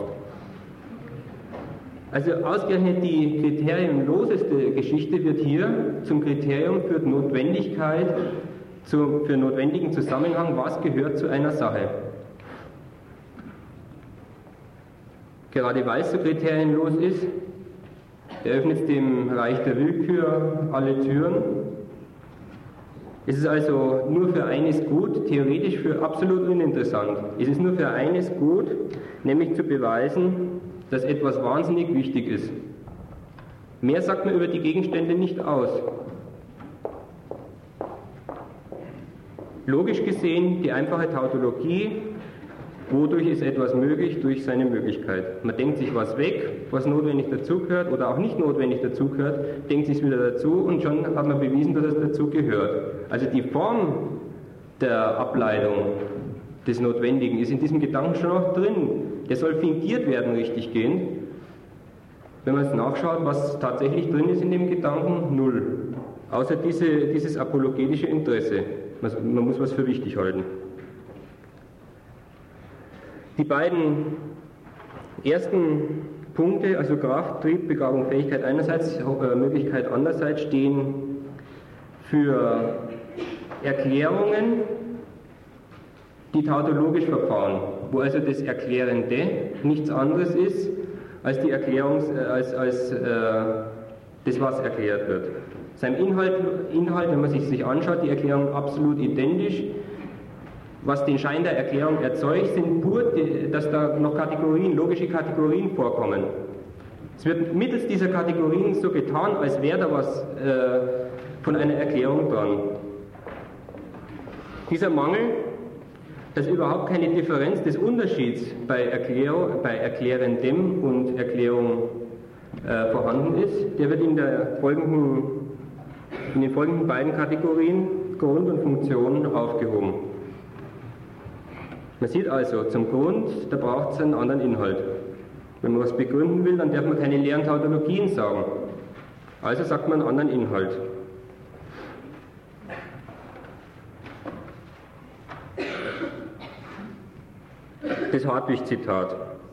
Also ausgerechnet die kriterienloseste Geschichte wird hier zum Kriterium für Notwendigkeit, für notwendigen Zusammenhang, was gehört zu einer Sache. Gerade weil es so kriterienlos ist, eröffnet es dem Reich der Willkür alle Türen. Es ist also nur für eines gut, theoretisch für absolut uninteressant. Es ist nur für eines gut, nämlich zu beweisen, dass etwas wahnsinnig wichtig ist. Mehr sagt man über die Gegenstände nicht aus. Logisch gesehen die einfache Tautologie, wodurch ist etwas möglich? Durch seine Möglichkeit. Man denkt sich was weg, was notwendig dazugehört oder auch nicht notwendig dazugehört, denkt sich es wieder dazu und schon hat man bewiesen, dass es dazu gehört. Also die Form der Ableitung des Notwendigen ist in diesem Gedanken schon noch drin. Der soll fingiert werden, richtig gehend. Wenn man es nachschaut, was tatsächlich drin ist in dem Gedanken, null. Außer dieses apologetische Interesse. Man muss was für wichtig halten. Die beiden ersten Punkte, also Kraft, Trieb, Begabung, Fähigkeit einerseits, Möglichkeit andererseits, stehen für Erklärungen, die tautologisch verfahren, wo also das Erklärende nichts anderes ist als die Erklärung, als das, was erklärt wird. Seinem Inhalt, wenn man sich anschaut, die Erklärung absolut identisch. Was den Schein der Erklärung erzeugt, sind pur, dass da noch logische Kategorien vorkommen. Es wird mittels dieser Kategorien so getan, als wäre da was von einer Erklärung dran. Dieser Mangel, dass überhaupt keine Differenz des Unterschieds bei Erklärendem und Erklärung vorhanden ist, der wird in den folgenden beiden Kategorien Grund und Funktion aufgehoben. Man sieht also, zum Grund, da braucht es einen anderen Inhalt. Wenn man was begründen will, dann darf man keine leeren Tautologien sagen. Also sagt man einen anderen Inhalt. Das Hartwig-Zitat.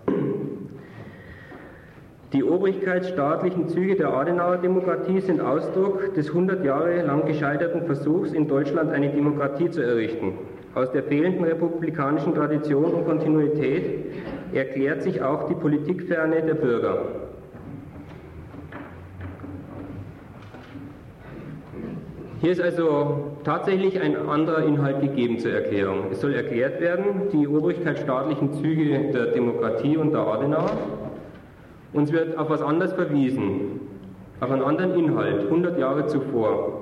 Die obrigkeitsstaatlichen Züge der Adenauer Demokratie sind Ausdruck des 100 Jahre lang gescheiterten Versuchs, in Deutschland eine Demokratie zu errichten. Aus der fehlenden republikanischen Tradition und Kontinuität erklärt sich auch die Politikferne der Bürger. Hier ist also tatsächlich ein anderer Inhalt gegeben zur Erklärung. Es soll erklärt werden, die obrigkeitsstaatlichen Züge der Demokratie unter Adenauer, und es wird auf was anderes verwiesen, auf einen anderen Inhalt, 100 Jahre zuvor.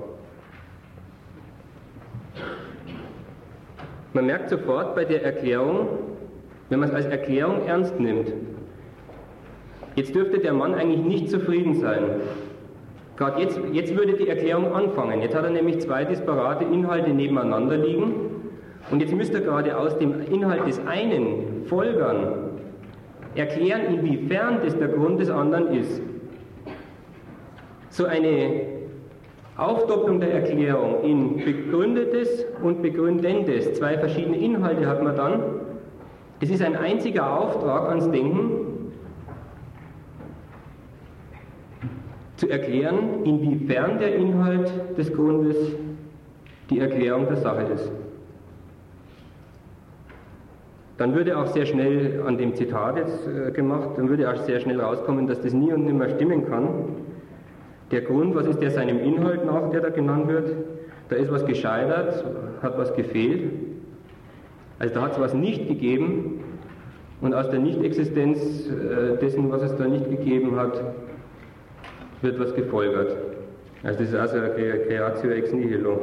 Man merkt sofort bei der Erklärung, wenn man es als Erklärung ernst nimmt, jetzt dürfte der Mann eigentlich nicht zufrieden sein. Gerade jetzt würde die Erklärung anfangen. Jetzt hat er nämlich zwei disparate Inhalte nebeneinander liegen und jetzt müsste er gerade aus dem Inhalt des einen folgern, erklären, inwiefern das der Grund des anderen ist. So eine Aufdopplung der Erklärung in Begründetes und Begründendes, zwei verschiedene Inhalte hat man dann. Es ist ein einziger Auftrag ans Denken, zu erklären, inwiefern der Inhalt des Grundes die Erklärung der Sache ist. Dann würde auch sehr schnell an dem Zitat jetzt gemacht, dann würde auch sehr schnell rauskommen, dass das nie und nimmer stimmen kann. Der Grund, was ist der seinem Inhalt nach, der da genannt wird? Da ist was gescheitert, hat was gefehlt. Also da hat es was nicht gegeben und aus der Nichtexistenz dessen, was es da nicht gegeben hat, wird was gefolgert. Also das ist also eine Creatio ex nihilo.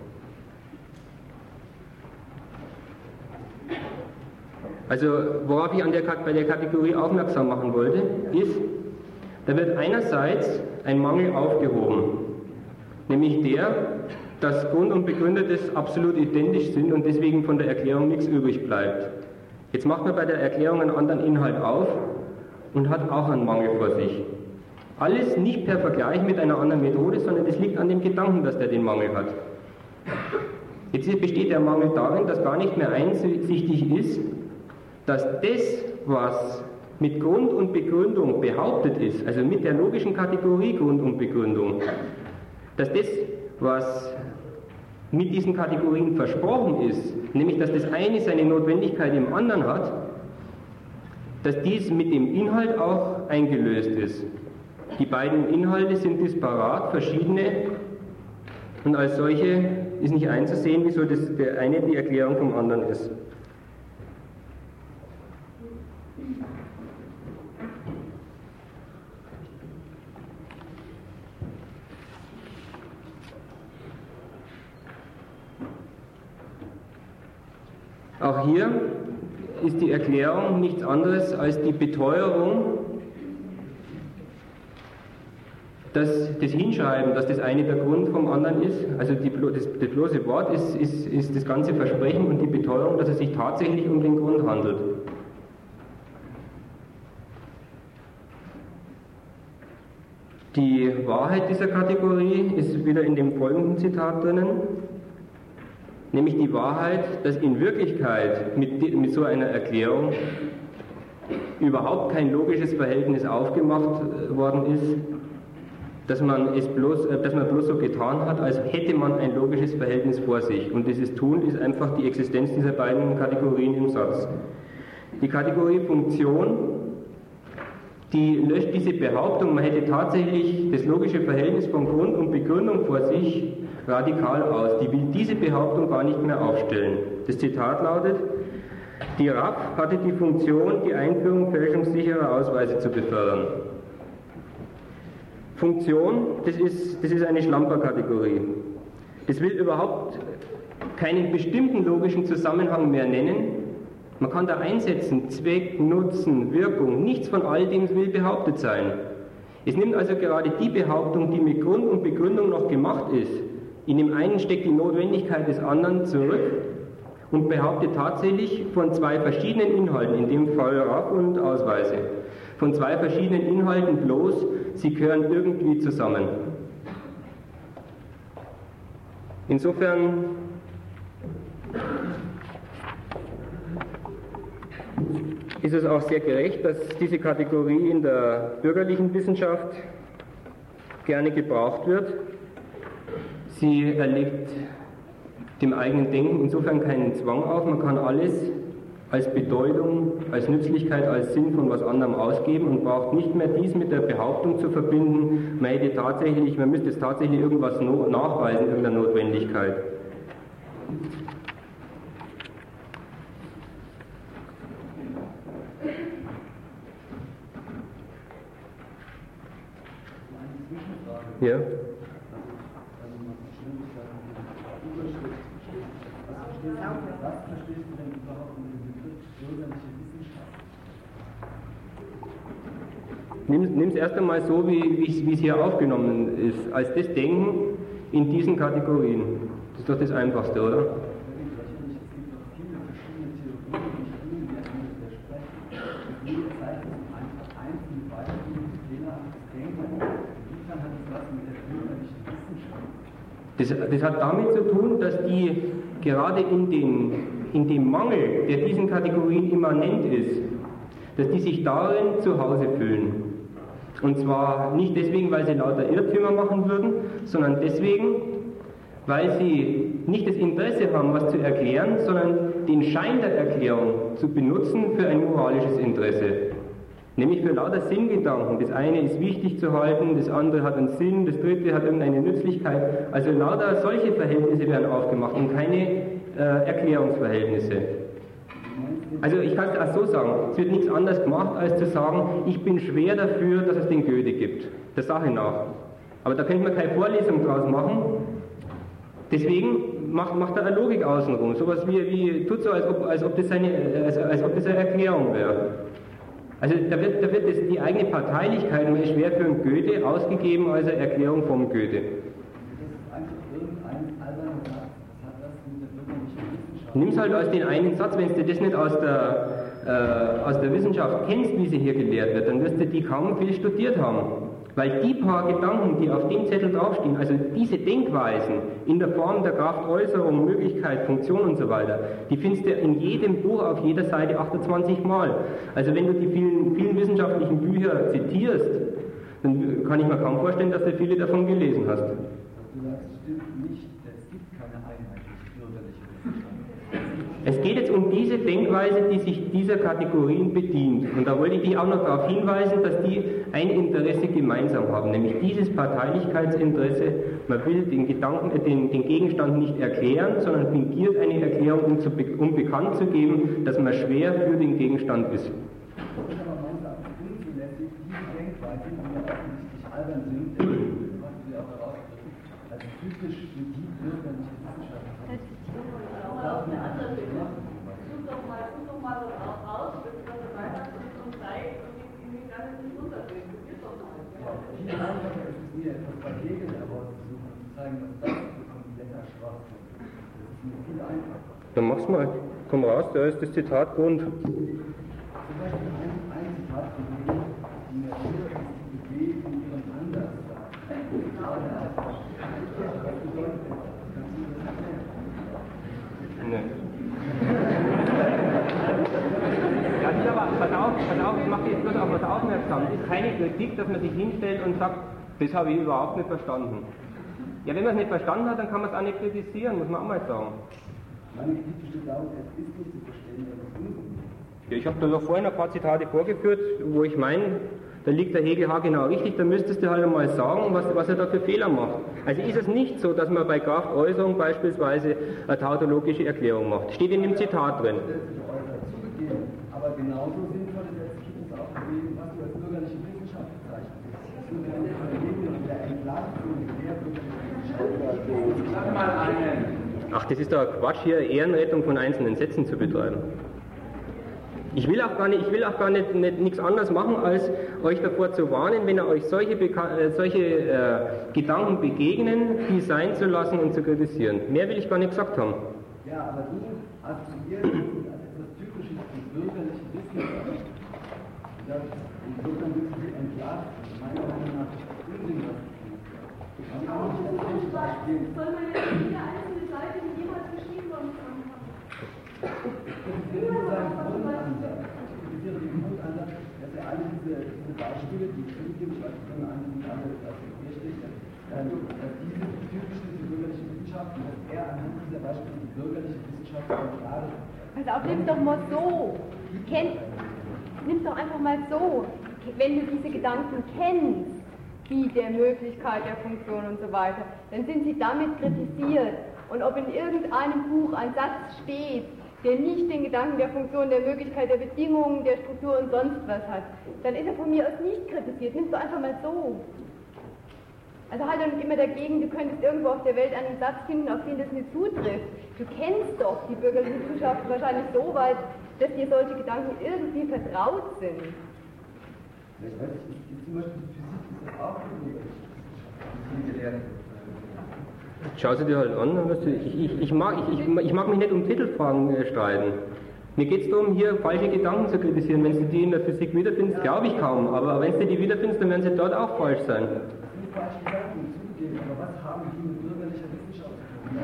Also worauf ich bei der Kategorie aufmerksam machen wollte, ist, da wird einerseits ein Mangel aufgehoben, nämlich der, dass Grund und Begründetes absolut identisch sind und deswegen von der Erklärung nichts übrig bleibt. Jetzt macht man bei der Erklärung einen anderen Inhalt auf und hat auch einen Mangel vor sich. Alles nicht per Vergleich mit einer anderen Methode, sondern das liegt an dem Gedanken, dass der den Mangel hat. Jetzt besteht der Mangel darin, dass gar nicht mehr einsichtig ist, dass das, was mit Grund und Begründung behauptet ist, also mit der logischen Kategorie Grund und Begründung, dass das, was mit diesen Kategorien versprochen ist, nämlich dass das eine seine Notwendigkeit im anderen hat, dass dies mit dem Inhalt auch eingelöst ist. Die beiden Inhalte sind disparat, verschiedene, und als solche ist nicht einzusehen, wieso der eine die Erklärung vom anderen ist. Auch hier ist die Erklärung nichts anderes als die Beteuerung, dass das Hinschreiben, dass das eine der Grund vom anderen ist, also das bloße Wort ist das ganze Versprechen und die Beteuerung, dass es sich tatsächlich um den Grund handelt. Die Wahrheit dieser Kategorie ist wieder in dem folgenden Zitat drinnen, nämlich die Wahrheit, dass in Wirklichkeit mit so einer Erklärung überhaupt kein logisches Verhältnis aufgemacht worden ist, dass man bloß so getan hat, als hätte man ein logisches Verhältnis vor sich. Und dieses Tun ist einfach die Existenz dieser beiden Kategorien im Satz. Die Kategorie Funktion, die löscht diese Behauptung, man hätte tatsächlich das logische Verhältnis von Grund und Begründung vor sich, radikal aus. Die will diese Behauptung gar nicht mehr aufstellen. Das Zitat lautet: Die RAF hatte die Funktion, die Einführung fälschungssicherer Ausweise zu befördern. Funktion, das ist eine Schlamperkategorie. Das will überhaupt keinen bestimmten logischen Zusammenhang mehr nennen. Man kann da einsetzen, Zweck, Nutzen, Wirkung, nichts von all dem will behauptet sein. Es nimmt also gerade die Behauptung, die mit Grund und Begründung noch gemacht ist, in dem einen steckt die Notwendigkeit des anderen zurück und behauptet tatsächlich von zwei verschiedenen Inhalten, in dem Fall RAF und Ausweise, von zwei verschiedenen Inhalten bloß, sie gehören irgendwie zusammen. Insofern ist es auch sehr gerecht, dass diese Kategorie in der bürgerlichen Wissenschaft gerne gebraucht wird. Sie erlegt dem eigenen Denken insofern keinen Zwang auf, man kann alles als Bedeutung, als Nützlichkeit, als Sinn von was anderem ausgeben und braucht nicht mehr dies mit der Behauptung zu verbinden, man müsste jetzt tatsächlich irgendwas nachweisen, irgendeiner Notwendigkeit. Ja. Was verstehst du denn überhaupt mit dem Begriff bürgerliche Wissenschaft? Nimm es erst einmal so, wie es hier aufgenommen ist, als das Denken in diesen Kategorien. Das ist doch das Einfachste, oder? Es gibt doch viele verschiedene Theorien und Schulen, die einander widersprechen. Jede Zeit ist einfach einzelne Beispiele, fehlerhaftes Denken. Inwiefern hat es was mit der bürgerlichen Wissenschaft? Das hat damit zu tun, dass die gerade in dem Mangel, der diesen Kategorien immanent ist, dass die sich darin zu Hause fühlen. Und zwar nicht deswegen, weil sie lauter Irrtümer machen würden, sondern deswegen, weil sie nicht das Interesse haben, was zu erklären, sondern den Schein der Erklärung zu benutzen für ein moralisches Interesse. Nämlich für lauter Sinngedanken. Das eine ist wichtig zu halten, das andere hat einen Sinn, das dritte hat irgendeine Nützlichkeit. Also lauter solche Verhältnisse werden aufgemacht und keine Erklärungsverhältnisse. Also ich kann es auch so sagen, es wird nichts anderes gemacht, als zu sagen, ich bin schwer dafür, dass es den Goethe gibt. Der Sache nach. Aber da könnte man keine Vorlesung draus machen. Deswegen macht er eine Logik außenrum. Sowas wie tut so, als ob das eine Erklärung wäre. Also da wird die eigene Parteilichkeit, man ist schwer für einen Goethe, ausgegeben als eine Erklärung vom Goethe. Das ist einfach irgendein alberner Satz. Was hat das mit der bürgerlichen Wissenschaft? Nimm es halt als den einen Satz, wenn du das nicht aus der Wissenschaft kennst, wie sie hier gelehrt wird, dann wirst du die kaum viel studiert haben. Weil die paar Gedanken, die auf dem Zettel draufstehen, also diese Denkweisen in der Form der Kraftäußerung, Möglichkeit, Funktion und so weiter, die findest du in jedem Buch auf jeder Seite 28 Mal. Also wenn du die vielen wissenschaftlichen Bücher zitierst, dann kann ich mir kaum vorstellen, dass du viele davon gelesen hast. Du sagst, es stimmt nicht, es gibt keine einheitliche bürgerliche Wissenschaft. Es geht jetzt um diese Denkweise, die sich dieser Kategorien bedient. Und da wollte ich dich auch noch darauf hinweisen, dass die ein Interesse gemeinsam haben, nämlich dieses Parteilichkeitsinteresse. Man will den Gegenstand nicht erklären, sondern fingiert eine Erklärung, um bekannt zu geben, dass man schwer für den Gegenstand ist. Albern sind, was wir auch herausfinden, als typisch für die bürgerliche Wissenschaft. Auch eine andere Sache. Such doch mal so raus, bis du das weiterkommst und zeigst und die gar nicht runterbringen. Das ist doch mal. Viel einfacher ist es mir, etwas bei Hegel herauszusuchen und zu zeigen, dass das für kompletter Schwachsinn ist. Das ist mir viel einfacher. Dann mach's mal. Komm raus, da ist das Zitat Grund. Zum Beispiel ein Zitat von Hegel, die mir hier die Idee von ihrem Anders sagt. Was bedeutet das? Kannst du das erklären? Nee. Ja, aber pass auf, ich mache jetzt bloß auf was aufmerksam. Es ist keine Kritik, dass man sich hinstellt und sagt, das habe ich überhaupt nicht verstanden. Ja, wenn man es nicht verstanden hat, dann kann man es auch nicht kritisieren, muss man auch mal sagen. Meine Kritik steht darum, es ist nicht zu verstehen, dass es unsinnig ist. Ja, ich habe da doch vorhin ein paar Zitate vorgeführt, wo ich meine, da liegt der Hegel genau richtig, da müsstest du halt einmal sagen, was er da für Fehler macht. Also ist es nicht so, dass man bei Kraftäußerung beispielsweise eine tautologische Erklärung macht. Steht in dem Zitat drin. Aber genauso sinnvoll ist es auch gewesen, was du als bürgerliche Wissenschaft bezeichnest. Das sind ja die Kollegen der Entlastung der bürgerlichen Wissenschaft. Ach, das ist doch Quatsch, hier Ehrenrettung von einzelnen Sätzen zu betreiben. Ich will auch gar nicht nichts anderes machen, als euch davor zu warnen, wenn ihr euch solche Gedanken begegnen, die sein zu lassen und zu kritisieren. Mehr will ich gar nicht gesagt haben. Ja, aber du assoziierst als etwas Typisches für bürgerliche Wissenschaft. Insofern müssen sie entlasten. Meiner Meinung nach Unsinn, was soll man jetzt jede einzelne Seite mit jemals geschrieben worden haben? Ich kritisiere den Grundansatz, dass er alle diese Beispiele, die zugegeben, ich weiß nicht, alle hier steht, dass diese typisch sind für bürgerliche Wissenschaften, dass er anhand dieser Beispiele die bürgerliche Wissenschaft gerade. Also auch nimm doch mal so. Nimm doch einfach mal so. Wenn du diese Gedanken kennst, wie der Möglichkeit der Funktion und so weiter, dann sind sie damit kritisiert. Und ob in irgendeinem Buch ein Satz steht, der nicht den Gedanken der Funktion, der Möglichkeit, der Bedingungen, der Struktur und sonst was hat, dann ist er von mir aus nicht kritisiert. Nimm es doch einfach mal so. Also halt doch nicht immer dagegen, du könntest irgendwo auf der Welt einen Satz finden, auf den das nicht zutrifft. Du kennst doch die bürgerliche Wissenschaft wahrscheinlich so weit, dass dir solche Gedanken irgendwie vertraut sind. Ich weiß nicht, zum Beispiel Physik ist das auch eine bürgerliche Wissenschaft. Schau sie dir halt an. Ich mag mich nicht um Titelfragen streiten. Mir geht es darum, hier falsche Gedanken zu kritisieren. Wenn du die in der Physik wiederfindest, glaube ich kaum. Aber wenn du die wiederfindest, dann werden sie dort auch falsch sein. Das sind falsche Gedanken zugegeben, aber was haben die mit bürgerlicher Wissenschaft zu tun?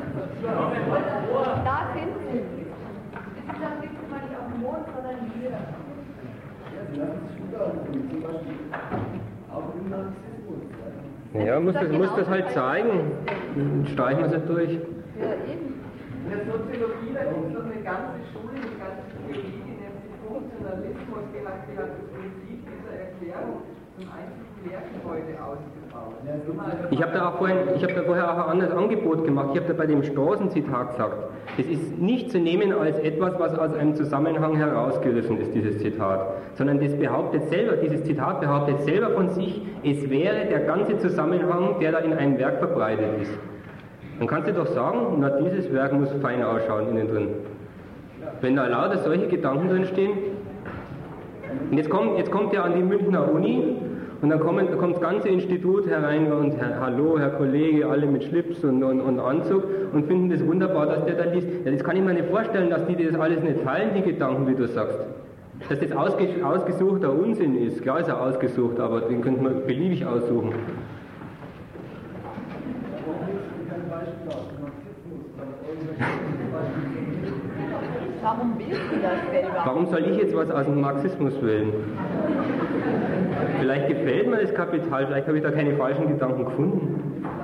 Da sind sie. Wissenschaft gibt es immer nicht auf dem Mond, sondern hier. Ja, sie lassen sich gut ausdrücken, zum Beispiel auch im Marxismus. Ja, muss das halt zeigen. Streichen wir es halt durch. Ja, eben. In der Soziologie, da gibt es noch eine ganze Schule, eine ganze Theorie, die nennt sich Funktionalismus, die hat das Prinzip dieser Erklärung zum einzigen Lehrgebäude ausgebaut. Ich habe da vorher auch ein anderes Angebot gemacht. Ich habe da bei dem Straßen-Zitat gesagt, es ist nicht zu nehmen als etwas, was aus einem Zusammenhang herausgerissen ist, dieses Zitat, sondern dieses Zitat behauptet selber von sich, es wäre der ganze Zusammenhang, der da in einem Werk verbreitet ist. Dann kannst du doch sagen, na, dieses Werk muss fein ausschauen innen drin. Wenn da lauter solche Gedanken drin stehen. Und jetzt kommt er an die Münchner Uni und dann kommt das ganze Institut herein und hallo, Herr Kollege, alle mit Schlips und Anzug und finden das wunderbar, dass der da liest. Ja, das kann ich mir nicht vorstellen, dass die das alles nicht teilen, die Gedanken, wie du sagst. Dass das ausgesuchter Unsinn ist, klar ist er ausgesucht, aber den könnte man beliebig aussuchen. Warum willst du das selber? Warum soll ich jetzt was aus dem Marxismus wählen? Vielleicht gefällt mir das Kapital, vielleicht habe ich da keine falschen Gedanken gefunden.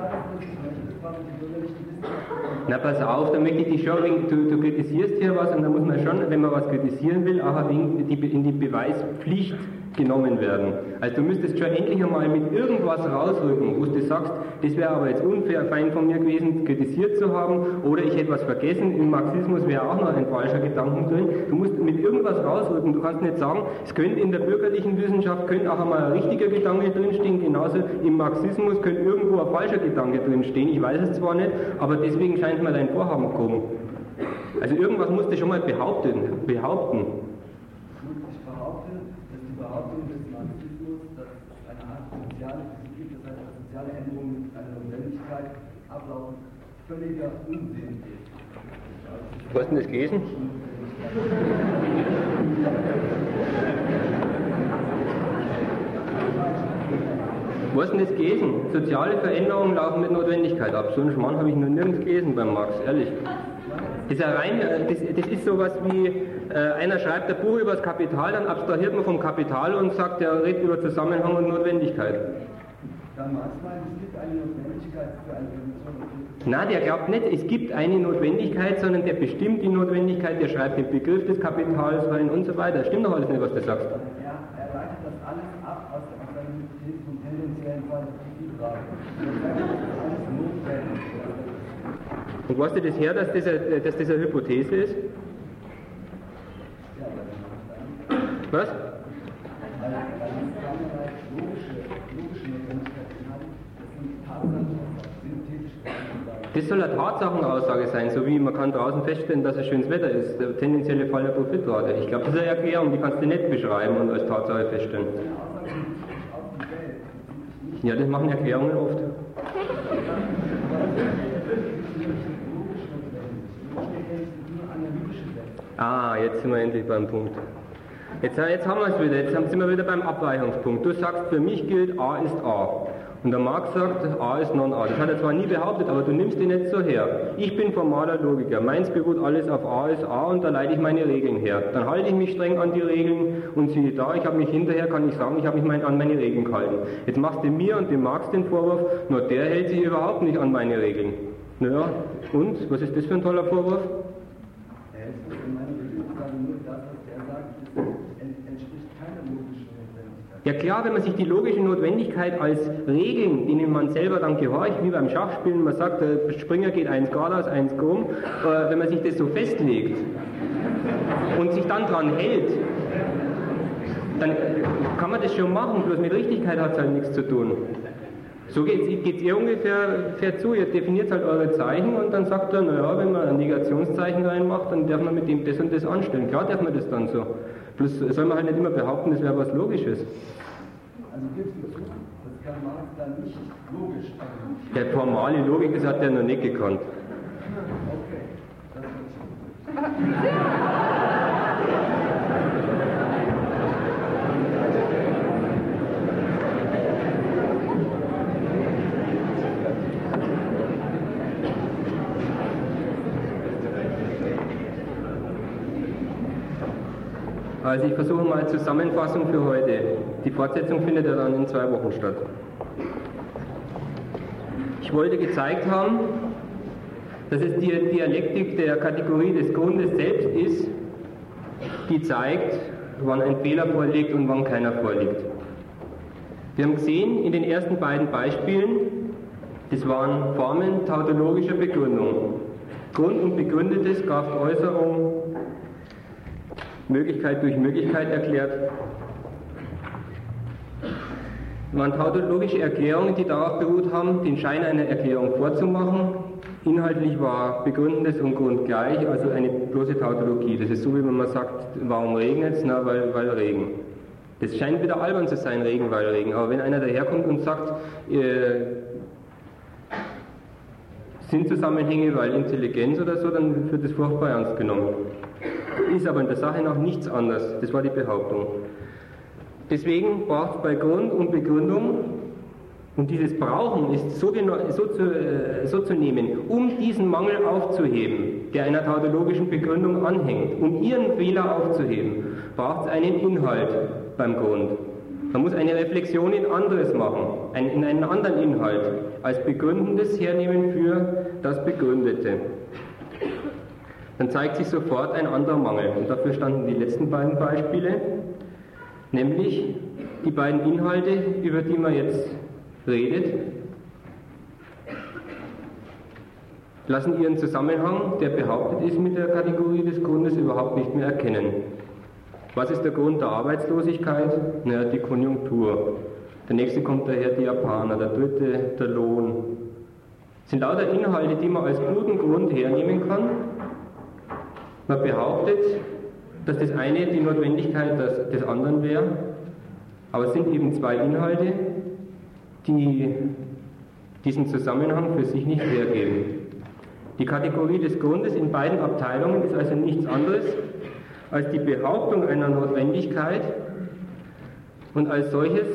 Na pass auf, da möchte ich dich schon, du kritisierst hier was und da muss man schon, wenn man was kritisieren will, auch in die Beweispflicht genommen werden. Also du müsstest schon endlich einmal mit irgendwas rausrücken, wo du sagst, das wäre aber jetzt unfair, fein von mir gewesen, kritisiert zu haben, oder ich hätte was vergessen, im Marxismus wäre auch noch ein falscher Gedanke drin. Du musst mit irgendwas rausrücken, du kannst nicht sagen, es könnte in der bürgerlichen Wissenschaft könnte auch einmal ein richtiger Gedanke drinstehen, genauso im Marxismus könnte irgendwo ein falscher Gedanke drinstehen, ich weiß es zwar nicht, aber deswegen scheint mir dein Vorhaben gekommen. Also irgendwas musst du schon mal behaupten. Ich Behauptung des Marxismus, dass eine Art soziale Physik, das heißt, dass soziale Änderungen mit einer Notwendigkeit ablaufen, völliger Unsinn ist. Wo hast du das gelesen? Wo hast du das gelesen? Soziale Veränderungen laufen mit Notwendigkeit ab. So einen Schmarrn habe ich noch nirgends gelesen beim Marx, ehrlich. Das ist sowas wie, einer schreibt ein Buch über das Kapital, dann abstrahiert man vom Kapital und sagt, er redet über Zusammenhang und Notwendigkeit. Dann Marx meint, es gibt eine Notwendigkeit für eine Revolution. Nein, der glaubt nicht, es gibt eine Notwendigkeit, sondern der bestimmt die Notwendigkeit, der schreibt den Begriff des Kapitals rein und so weiter. Stimmt doch alles nicht, was du sagst. Er leitet das alles ab aus seiner Hypothese vom tendenziellen Fall der Profitrate. Er sagt, das ist alles notwendig. Und weißt du das her, dass das eine Hypothese ist? Was? Das soll eine Tatsachenaussage sein, so wie man kann draußen feststellen, dass es schönes Wetter ist, der tendenzielle Fall der Profitrate. Ich glaube, das ist eine Erklärung, die kannst du nicht beschreiben und als Tatsache feststellen. Ja, das machen Erklärungen oft. Ah, jetzt sind wir endlich beim Punkt. Jetzt haben wir es wieder, jetzt sind wir wieder beim Abweichungspunkt. Du sagst, für mich gilt A ist A. Und der Marx sagt, A ist Non-A. Das hat er zwar nie behauptet, aber du nimmst ihn nicht so her. Ich bin formaler Logiker. Meins beruht alles auf A ist A und da leite ich meine Regeln her. Dann halte ich mich streng an die Regeln und siehe da, ich habe mich hinterher, kann ich sagen, ich habe mich an meine Regeln gehalten. Jetzt machst du mir und dem Marx den Vorwurf, nur der hält sich überhaupt nicht an meine Regeln. Naja, und? Was ist das für ein toller Vorwurf? Ja klar, wenn man sich die logische Notwendigkeit als Regeln, denen man selber dann gehorcht, wie beim Schachspielen, man sagt, der Springer geht 1 geradeaus, 1 krumm, wenn man sich das so festlegt und sich dann dran hält, dann kann man das schon machen, bloß mit Richtigkeit hat es halt nichts zu tun. So geht's ihr ungefähr zu, ihr definiert halt eure Zeichen und dann sagt er, naja, wenn man ein Negationszeichen reinmacht, dann darf man mit dem das und das anstellen. Klar darf man das dann so. Bloß soll man halt nicht immer behaupten, das wäre was Logisches. Also gibst du zu, das kann Marx dann nicht logisch argumentieren. Der formale Logik, das hat er noch nicht gekannt. Okay, das wird schon. Also ich versuche mal Zusammenfassung für heute. Die Fortsetzung findet ja dann in 2 Wochen statt. Ich wollte gezeigt haben, dass es die Dialektik der Kategorie des Grundes selbst ist, die zeigt, wann ein Fehler vorliegt und wann keiner vorliegt. Wir haben gesehen in den ersten beiden Beispielen, das waren Formen tautologischer Begründung. Grund und Begründetes, Kraftäußerung, Möglichkeit durch Möglichkeit erklärt. Es waren tautologische Erklärungen, die darauf beruht haben, den Schein einer Erklärung vorzumachen. Inhaltlich war Begründendes und Grund gleich, also eine bloße Tautologie. Das ist so, wie wenn man sagt, warum regnet es? Na, weil Regen. Das scheint wieder albern zu sein, Regen, weil Regen. Aber wenn einer daherkommt und sagt, Sinnzusammenhänge, weil Intelligenz oder so, dann wird das furchtbar ernst genommen. ist aber in der Sache noch nichts anderes. Das war die Behauptung. Deswegen braucht es bei Grund und Begründung, und dieses Brauchen ist so zu nehmen, um diesen Mangel aufzuheben, der einer tautologischen Begründung anhängt, um ihren Fehler aufzuheben, braucht es einen Inhalt beim Grund. Man muss eine Reflexion in anderes machen, in einen anderen Inhalt, als Begründendes hernehmen für das Begründete. Dann zeigt sich sofort ein anderer Mangel. Und dafür standen die letzten beiden Beispiele, nämlich die beiden Inhalte, über die man jetzt redet, lassen ihren Zusammenhang, der behauptet ist, mit der Kategorie des Grundes überhaupt nicht mehr erkennen. Was ist der Grund der Arbeitslosigkeit? Naja, die Konjunktur. Der nächste kommt daher die Japaner, der dritte der Lohn. Das sind lauter Inhalte, die man als guten Grund hernehmen kann. Man behauptet, dass das eine die Notwendigkeit des anderen wäre, aber es sind eben zwei Inhalte, die diesen Zusammenhang für sich nicht hergeben. Die Kategorie des Grundes in beiden Abteilungen ist also nichts anderes als die Behauptung einer Notwendigkeit, und als solches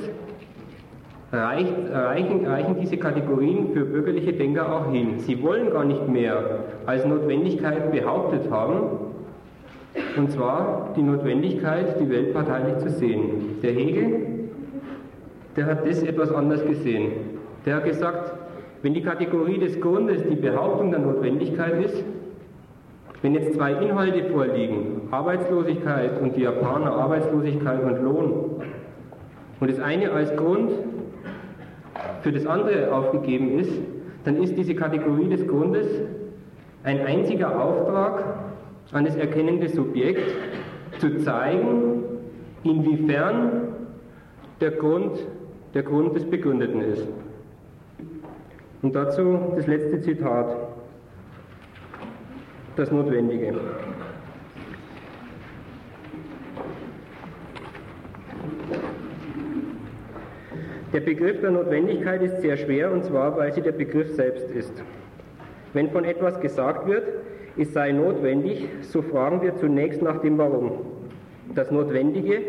reichen diese Kategorien für bürgerliche Denker auch hin. Sie wollen gar nicht mehr als Notwendigkeit behauptet haben, und zwar die Notwendigkeit, die Welt parteilich zu sehen. Der Hegel, der hat das etwas anders gesehen. Der hat gesagt, wenn die Kategorie des Grundes die Behauptung der Notwendigkeit ist, wenn jetzt zwei Inhalte vorliegen, Arbeitslosigkeit und die Japaner, Arbeitslosigkeit und Lohn, und das eine als Grund für das andere aufgegeben ist, dann ist diese Kategorie des Grundes ein einziger Auftrag an das erkennende Subjekt, zu zeigen, inwiefern der Grund des Begründeten ist. Und dazu das letzte Zitat, das Notwendige. Der Begriff der Notwendigkeit ist sehr schwer, und zwar, weil sie der Begriff selbst ist. Wenn von etwas gesagt wird, es sei notwendig, so fragen wir zunächst nach dem Warum. Das Notwendige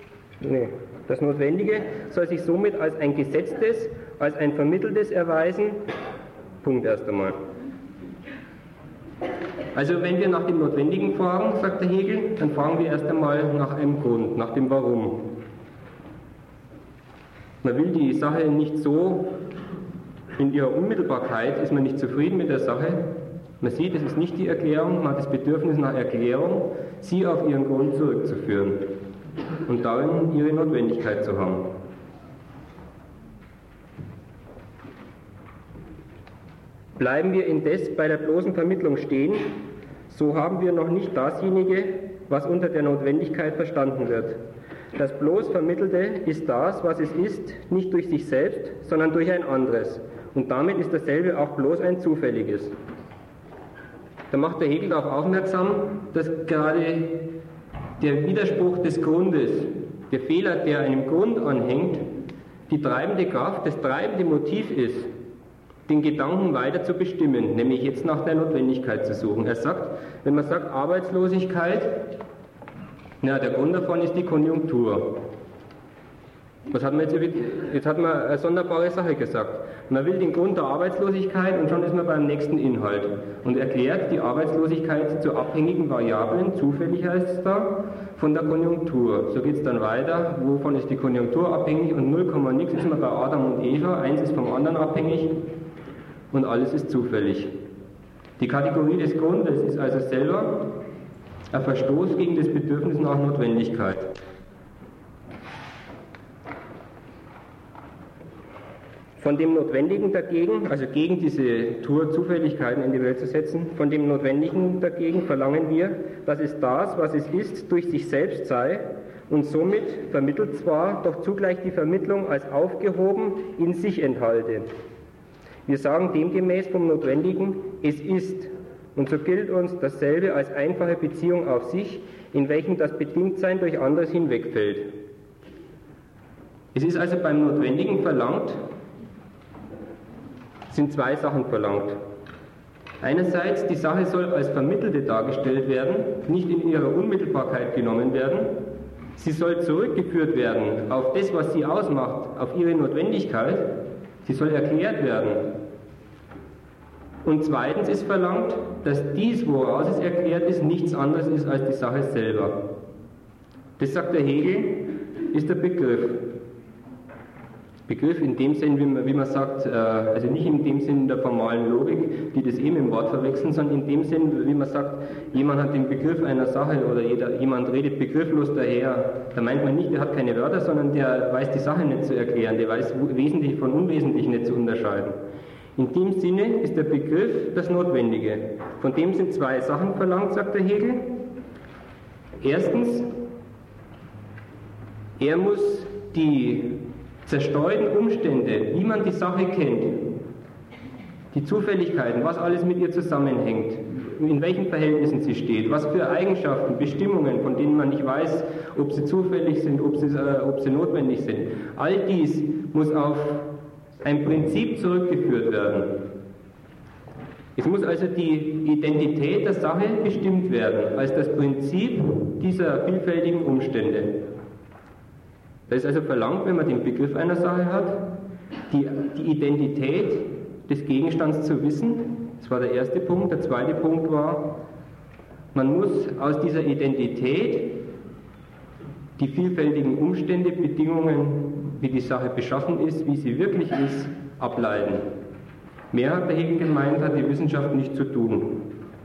soll sich somit als ein gesetztes, als ein vermitteltes erweisen. Punkt erst einmal. Also wenn wir nach dem Notwendigen fragen, sagt der Hegel, dann fragen wir erst einmal nach einem Grund, nach dem Warum. Man will die Sache nicht so, in ihrer Unmittelbarkeit ist man nicht zufrieden mit der Sache. Man sieht, es ist nicht die Erklärung, man hat das Bedürfnis nach Erklärung, sie auf ihren Grund zurückzuführen und darin ihre Notwendigkeit zu haben. Bleiben wir indes bei der bloßen Vermittlung stehen, so haben wir noch nicht dasjenige, was unter der Notwendigkeit verstanden wird. Das bloß Vermittelte ist das, was es ist, nicht durch sich selbst, sondern durch ein anderes. Und damit ist dasselbe auch bloß ein zufälliges. Da macht der Hegel darauf aufmerksam, dass gerade der Widerspruch des Grundes, der Fehler, der einem Grund anhängt, die treibende Kraft, das treibende Motiv ist, den Gedanken weiter zu bestimmen, nämlich jetzt nach der Notwendigkeit zu suchen. Er sagt, wenn man sagt Arbeitslosigkeit, na, der Grund davon ist die Konjunktur. Was hat man jetzt hat man eine sonderbare Sache gesagt. Man will den Grund der Arbeitslosigkeit und schon ist man beim nächsten Inhalt und erklärt die Arbeitslosigkeit zu abhängigen Variablen, zufällig heißt es da, von der Konjunktur. So geht es dann weiter, wovon ist die Konjunktur abhängig und 0, nix ist man bei Adam und Eva, eins ist vom anderen abhängig und alles ist zufällig. Die Kategorie des Grundes ist also selber ein Verstoß gegen das Bedürfnis nach Notwendigkeit. Von dem Notwendigen dagegen, also gegen diese Tour Zufälligkeiten in die Welt zu setzen, von dem Notwendigen dagegen verlangen wir, dass es das, was es ist, durch sich selbst sei und somit vermittelt zwar, doch zugleich die Vermittlung als aufgehoben in sich enthalte. Wir sagen demgemäß vom Notwendigen, es ist, und so gilt uns dasselbe als einfache Beziehung auf sich, in welchem das Bedingtsein durch anderes hinwegfällt. Es ist also beim Notwendigen verlangt, sind zwei Sachen verlangt. Einerseits, die Sache soll als Vermittelte dargestellt werden, nicht in ihrer Unmittelbarkeit genommen werden. Sie soll zurückgeführt werden auf das, was sie ausmacht, auf ihre Notwendigkeit. Sie soll erklärt werden. Und zweitens ist verlangt, dass dies, woraus es erklärt ist, nichts anderes ist als die Sache selber. Das, sagt der Hegel, ist der Begriff. Begriff in dem Sinn, wie man sagt, also nicht in dem Sinn der formalen Logik, die das eben im Wort verwechseln, sondern in dem Sinn, wie man sagt, jemand hat den Begriff einer Sache oder jemand redet begrifflos daher. Da meint man nicht, der hat keine Wörter, sondern der weiß die Sache nicht zu erklären, der weiß wesentlich von unwesentlich nicht zu unterscheiden. In dem Sinne ist der Begriff das Notwendige. Von dem sind zwei Sachen verlangt, sagt der Hegel. Erstens, er muss die zerstreuten Umstände, wie man die Sache kennt, die Zufälligkeiten, was alles mit ihr zusammenhängt, in welchen Verhältnissen sie steht, was für Eigenschaften, Bestimmungen, von denen man nicht weiß, ob sie zufällig sind, ob sie notwendig sind. All dies muss auf ein Prinzip zurückgeführt werden. Es muss also die Identität der Sache bestimmt werden, als das Prinzip dieser vielfältigen Umstände. Das ist also verlangt, wenn man den Begriff einer Sache hat, die Identität des Gegenstands zu wissen. Das war der erste Punkt. Der zweite Punkt war, man muss aus dieser Identität die vielfältigen Umstände, Bedingungen, wie die Sache beschaffen ist, wie sie wirklich ist, ableiten. Mehr hat der Hegel gemeint, hat die Wissenschaft nicht zu tun.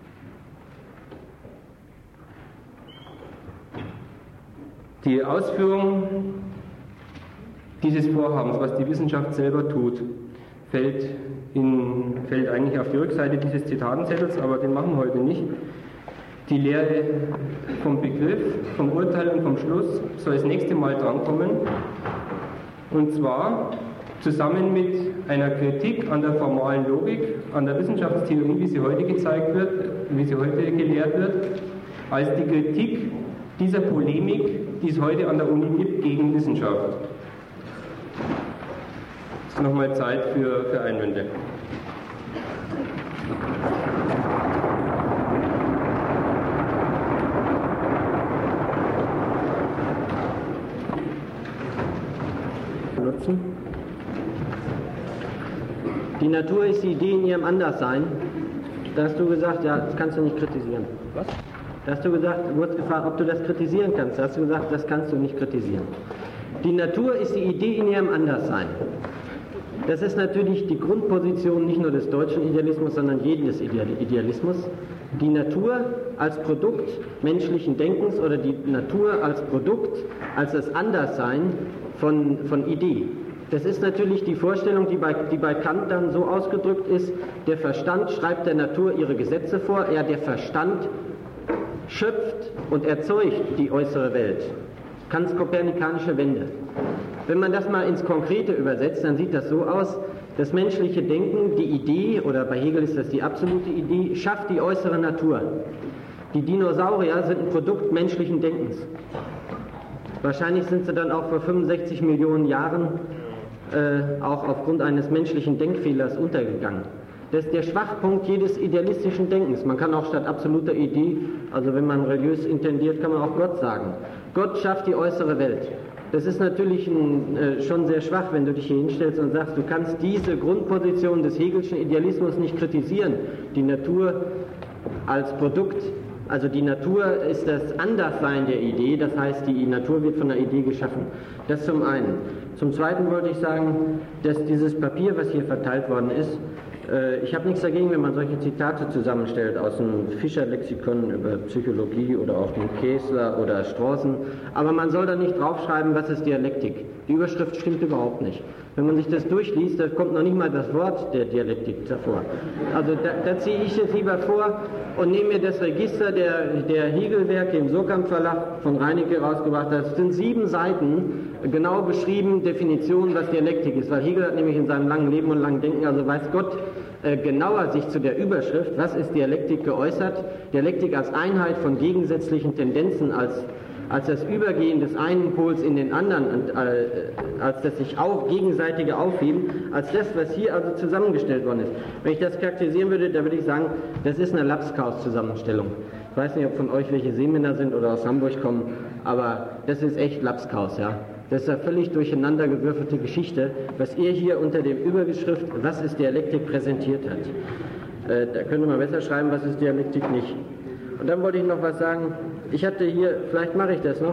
Die Ausführung dieses Vorhabens, was die Wissenschaft selber tut, fällt eigentlich auf die Rückseite dieses Zitatenzettels, aber den machen wir heute nicht. Die Lehre vom Begriff, vom Urteil und vom Schluss soll das nächste Mal drankommen, und zwar zusammen mit einer Kritik an der formalen Logik, an der Wissenschaftstheorie, wie sie heute gezeigt wird, wie sie heute gelehrt wird, als die Kritik dieser Polemik, die es heute an der Uni gibt, gegen Wissenschaft. Jetzt ist nochmal Zeit für Einwände. Die Natur ist die Idee in ihrem Anderssein. Da hast du gesagt, ja, das kannst du nicht kritisieren. Was? Da hast du gesagt, du wurdest gefragt, ob du das kritisieren kannst. Da hast du gesagt, das kannst du nicht kritisieren. Die Natur ist die Idee in ihrem Anderssein. Das ist natürlich die Grundposition nicht nur des deutschen Idealismus, sondern jedes Idealismus. Die Natur als Produkt menschlichen Denkens oder die Natur als Produkt, als das Anderssein von Idee. Das ist natürlich die Vorstellung, die bei Kant dann so ausgedrückt ist, der Verstand schreibt der Natur ihre Gesetze vor, der Verstand schöpft und erzeugt die äußere Welt. Kants kopernikanische Wende. Wenn man das mal ins Konkrete übersetzt, dann sieht das so aus, das menschliche Denken, die Idee, oder bei Hegel ist das die absolute Idee, schafft die äußere Natur. Die Dinosaurier sind ein Produkt menschlichen Denkens. Wahrscheinlich sind sie dann auch vor 65 Millionen Jahren auch aufgrund eines menschlichen Denkfehlers untergegangen. Das ist der Schwachpunkt jedes idealistischen Denkens. Man kann auch statt absoluter Idee, also wenn man religiös intendiert, kann man auch Gott sagen. Gott schafft die äußere Welt. Das ist natürlich schon sehr schwach, wenn du dich hier hinstellst und sagst, du kannst diese Grundposition des Hegelschen Idealismus nicht kritisieren. Die Natur als Produkt, also die Natur ist das Anderssein der Idee, das heißt, die Natur wird von der Idee geschaffen. Das zum einen. Zum Zweiten wollte ich sagen, dass dieses Papier, was hier verteilt worden ist, ich habe nichts dagegen, wenn man solche Zitate zusammenstellt aus dem Fischer-Lexikon über Psychologie oder auch dem Käsler oder Strawson, aber man soll da nicht draufschreiben, was ist Dialektik. Die Überschrift stimmt überhaupt nicht. Wenn man sich das durchliest, da kommt noch nicht mal das Wort der Dialektik davor. Also da ziehe ich jetzt lieber vor und nehme mir das Register der Hegel-Werke im Surkamp Verlag von Reinecke rausgebracht. Das sind 7 Seiten, genau beschrieben, Definitionen, was Dialektik ist. Weil Hegel hat nämlich in seinem langen Leben und langen Denken, also weiß Gott, genauer sich zu der Überschrift, was ist Dialektik, geäußert. Dialektik als Einheit von gegensätzlichen Tendenzen, als als das Übergehen des einen Pols in den anderen und als das sich gegenseitige Aufheben, als das, was hier also zusammengestellt worden ist. Wenn ich das charakterisieren würde, dann würde ich sagen, das ist eine Lapskaus-Zusammenstellung. Ich weiß nicht, ob von euch welche Seemänner sind oder aus Hamburg kommen, aber das ist echt Lapskaus, ja. Das ist eine völlig durcheinandergewürfelte Geschichte, was ihr hier unter dem Überschrift "Was ist Dialektik" präsentiert hat. Da könnte man besser schreiben, was ist Dialektik nicht. Und dann wollte ich noch was sagen. Ich hatte hier, vielleicht mache ich das noch.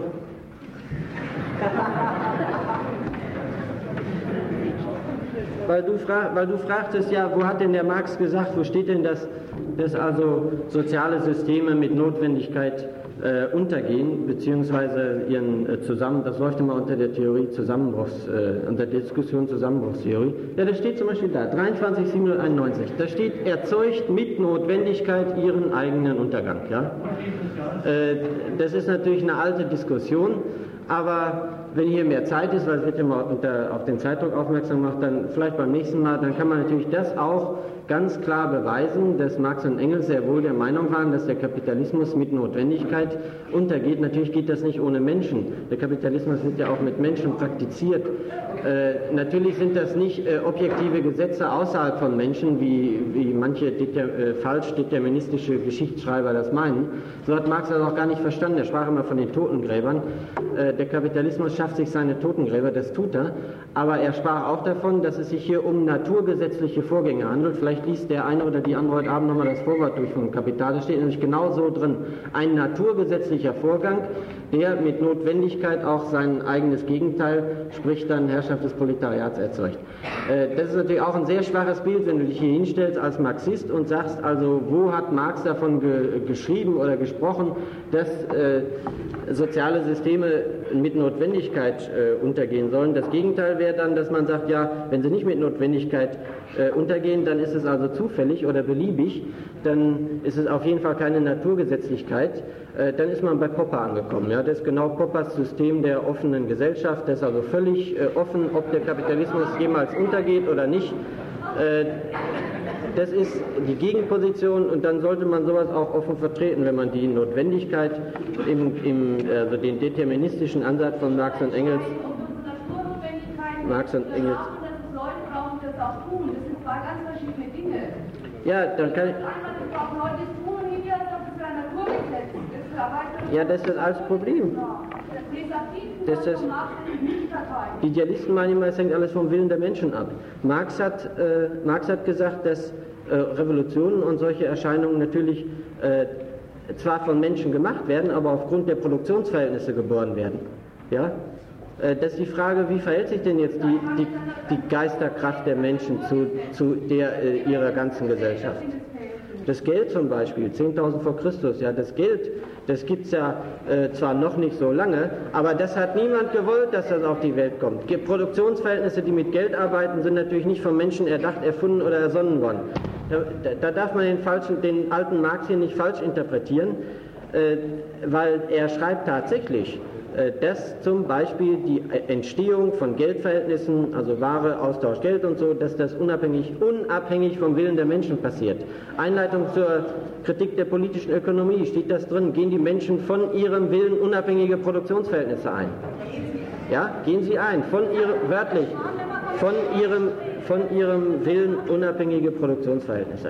Weil du fragtest ja, wo hat denn der Marx gesagt, wo steht denn das, dass also soziale Systeme mit Notwendigkeit untergehen, beziehungsweise das läuft immer unter der Theorie unter der Diskussion Zusammenbruchstheorie. Ja, das steht zum Beispiel da, 23.791, da steht, erzeugt mit Notwendigkeit ihren eigenen Untergang. Ja? Das ist natürlich eine alte Diskussion, aber wenn hier mehr Zeit ist, weil es wird immer auf den Zeitdruck aufmerksam gemacht, dann vielleicht beim nächsten Mal, dann kann man natürlich das auch ganz klar beweisen, dass Marx und Engels sehr wohl der Meinung waren, dass der Kapitalismus mit Notwendigkeit untergeht. Natürlich geht das nicht ohne Menschen. Der Kapitalismus wird ja auch mit Menschen praktiziert. Natürlich sind das nicht objektive Gesetze außerhalb von Menschen, wie manche falsch deterministische Geschichtsschreiber das meinen. So hat Marx das auch gar nicht verstanden. Er sprach immer von den Totengräbern. Der Kapitalismus schafft sich seine Totengräber, das tut er. Aber er sprach auch davon, dass es sich hier um naturgesetzliche Vorgänge handelt. Vielleicht liest der eine oder die andere heute Abend nochmal das Vorwort durch vom Kapital. Da steht nämlich genau so drin. Ein naturgesetzlicher Vorgang, der mit Notwendigkeit auch sein eigenes Gegenteil, sprich dann Herrschaft des Proletariats erzeugt. Das ist natürlich auch ein sehr schwaches Bild, wenn du dich hier hinstellst als Marxist und sagst, also wo hat Marx davon geschrieben oder gesprochen, dass soziale Systeme mit Notwendigkeit untergehen sollen. Das Gegenteil wäre dann, dass man sagt, ja, wenn sie nicht mit Notwendigkeit untergehen, dann ist es also zufällig oder beliebig, dann ist es auf jeden Fall keine Naturgesetzlichkeit, dann ist man bei Popper angekommen. Ja? Das ist genau Poppers System der offenen Gesellschaft, das ist also völlig offen, ob der Kapitalismus jemals untergeht oder nicht. Das ist die Gegenposition und dann sollte man sowas auch offen vertreten, wenn man die Notwendigkeit also den deterministischen Ansatz von Marx und Engels Ja, dann kann ich. Ja, das ist alles Problem. Die Idealisten meinen immer, es hängt alles vom Willen der Menschen ab. Marx hat gesagt, dass Revolutionen und solche Erscheinungen natürlich zwar von Menschen gemacht werden, aber aufgrund der Produktionsverhältnisse geboren werden. Ja? Das ist die Frage, wie verhält sich denn jetzt die Geisterkraft der Menschen zu ihrer ganzen Gesellschaft? Das Geld zum Beispiel, 10.000 vor Christus, ja, das Geld, das gibt es ja zwar noch nicht so lange, aber das hat niemand gewollt, dass das auf die Welt kommt. Produktionsverhältnisse, die mit Geld arbeiten, sind natürlich nicht vom Menschen erdacht, erfunden oder ersonnen worden. Da darf man den alten Marx hier nicht falsch interpretieren, weil er schreibt tatsächlich, dass zum Beispiel die Entstehung von Geldverhältnissen, also Ware, Austausch, Geld und so, dass das unabhängig vom Willen der Menschen passiert. Einleitung zur Kritik der politischen Ökonomie, steht das drin, gehen die Menschen von ihrem Willen unabhängige Produktionsverhältnisse ein. Ja, gehen sie ein, wörtlich, von ihrem Willen unabhängige Produktionsverhältnisse.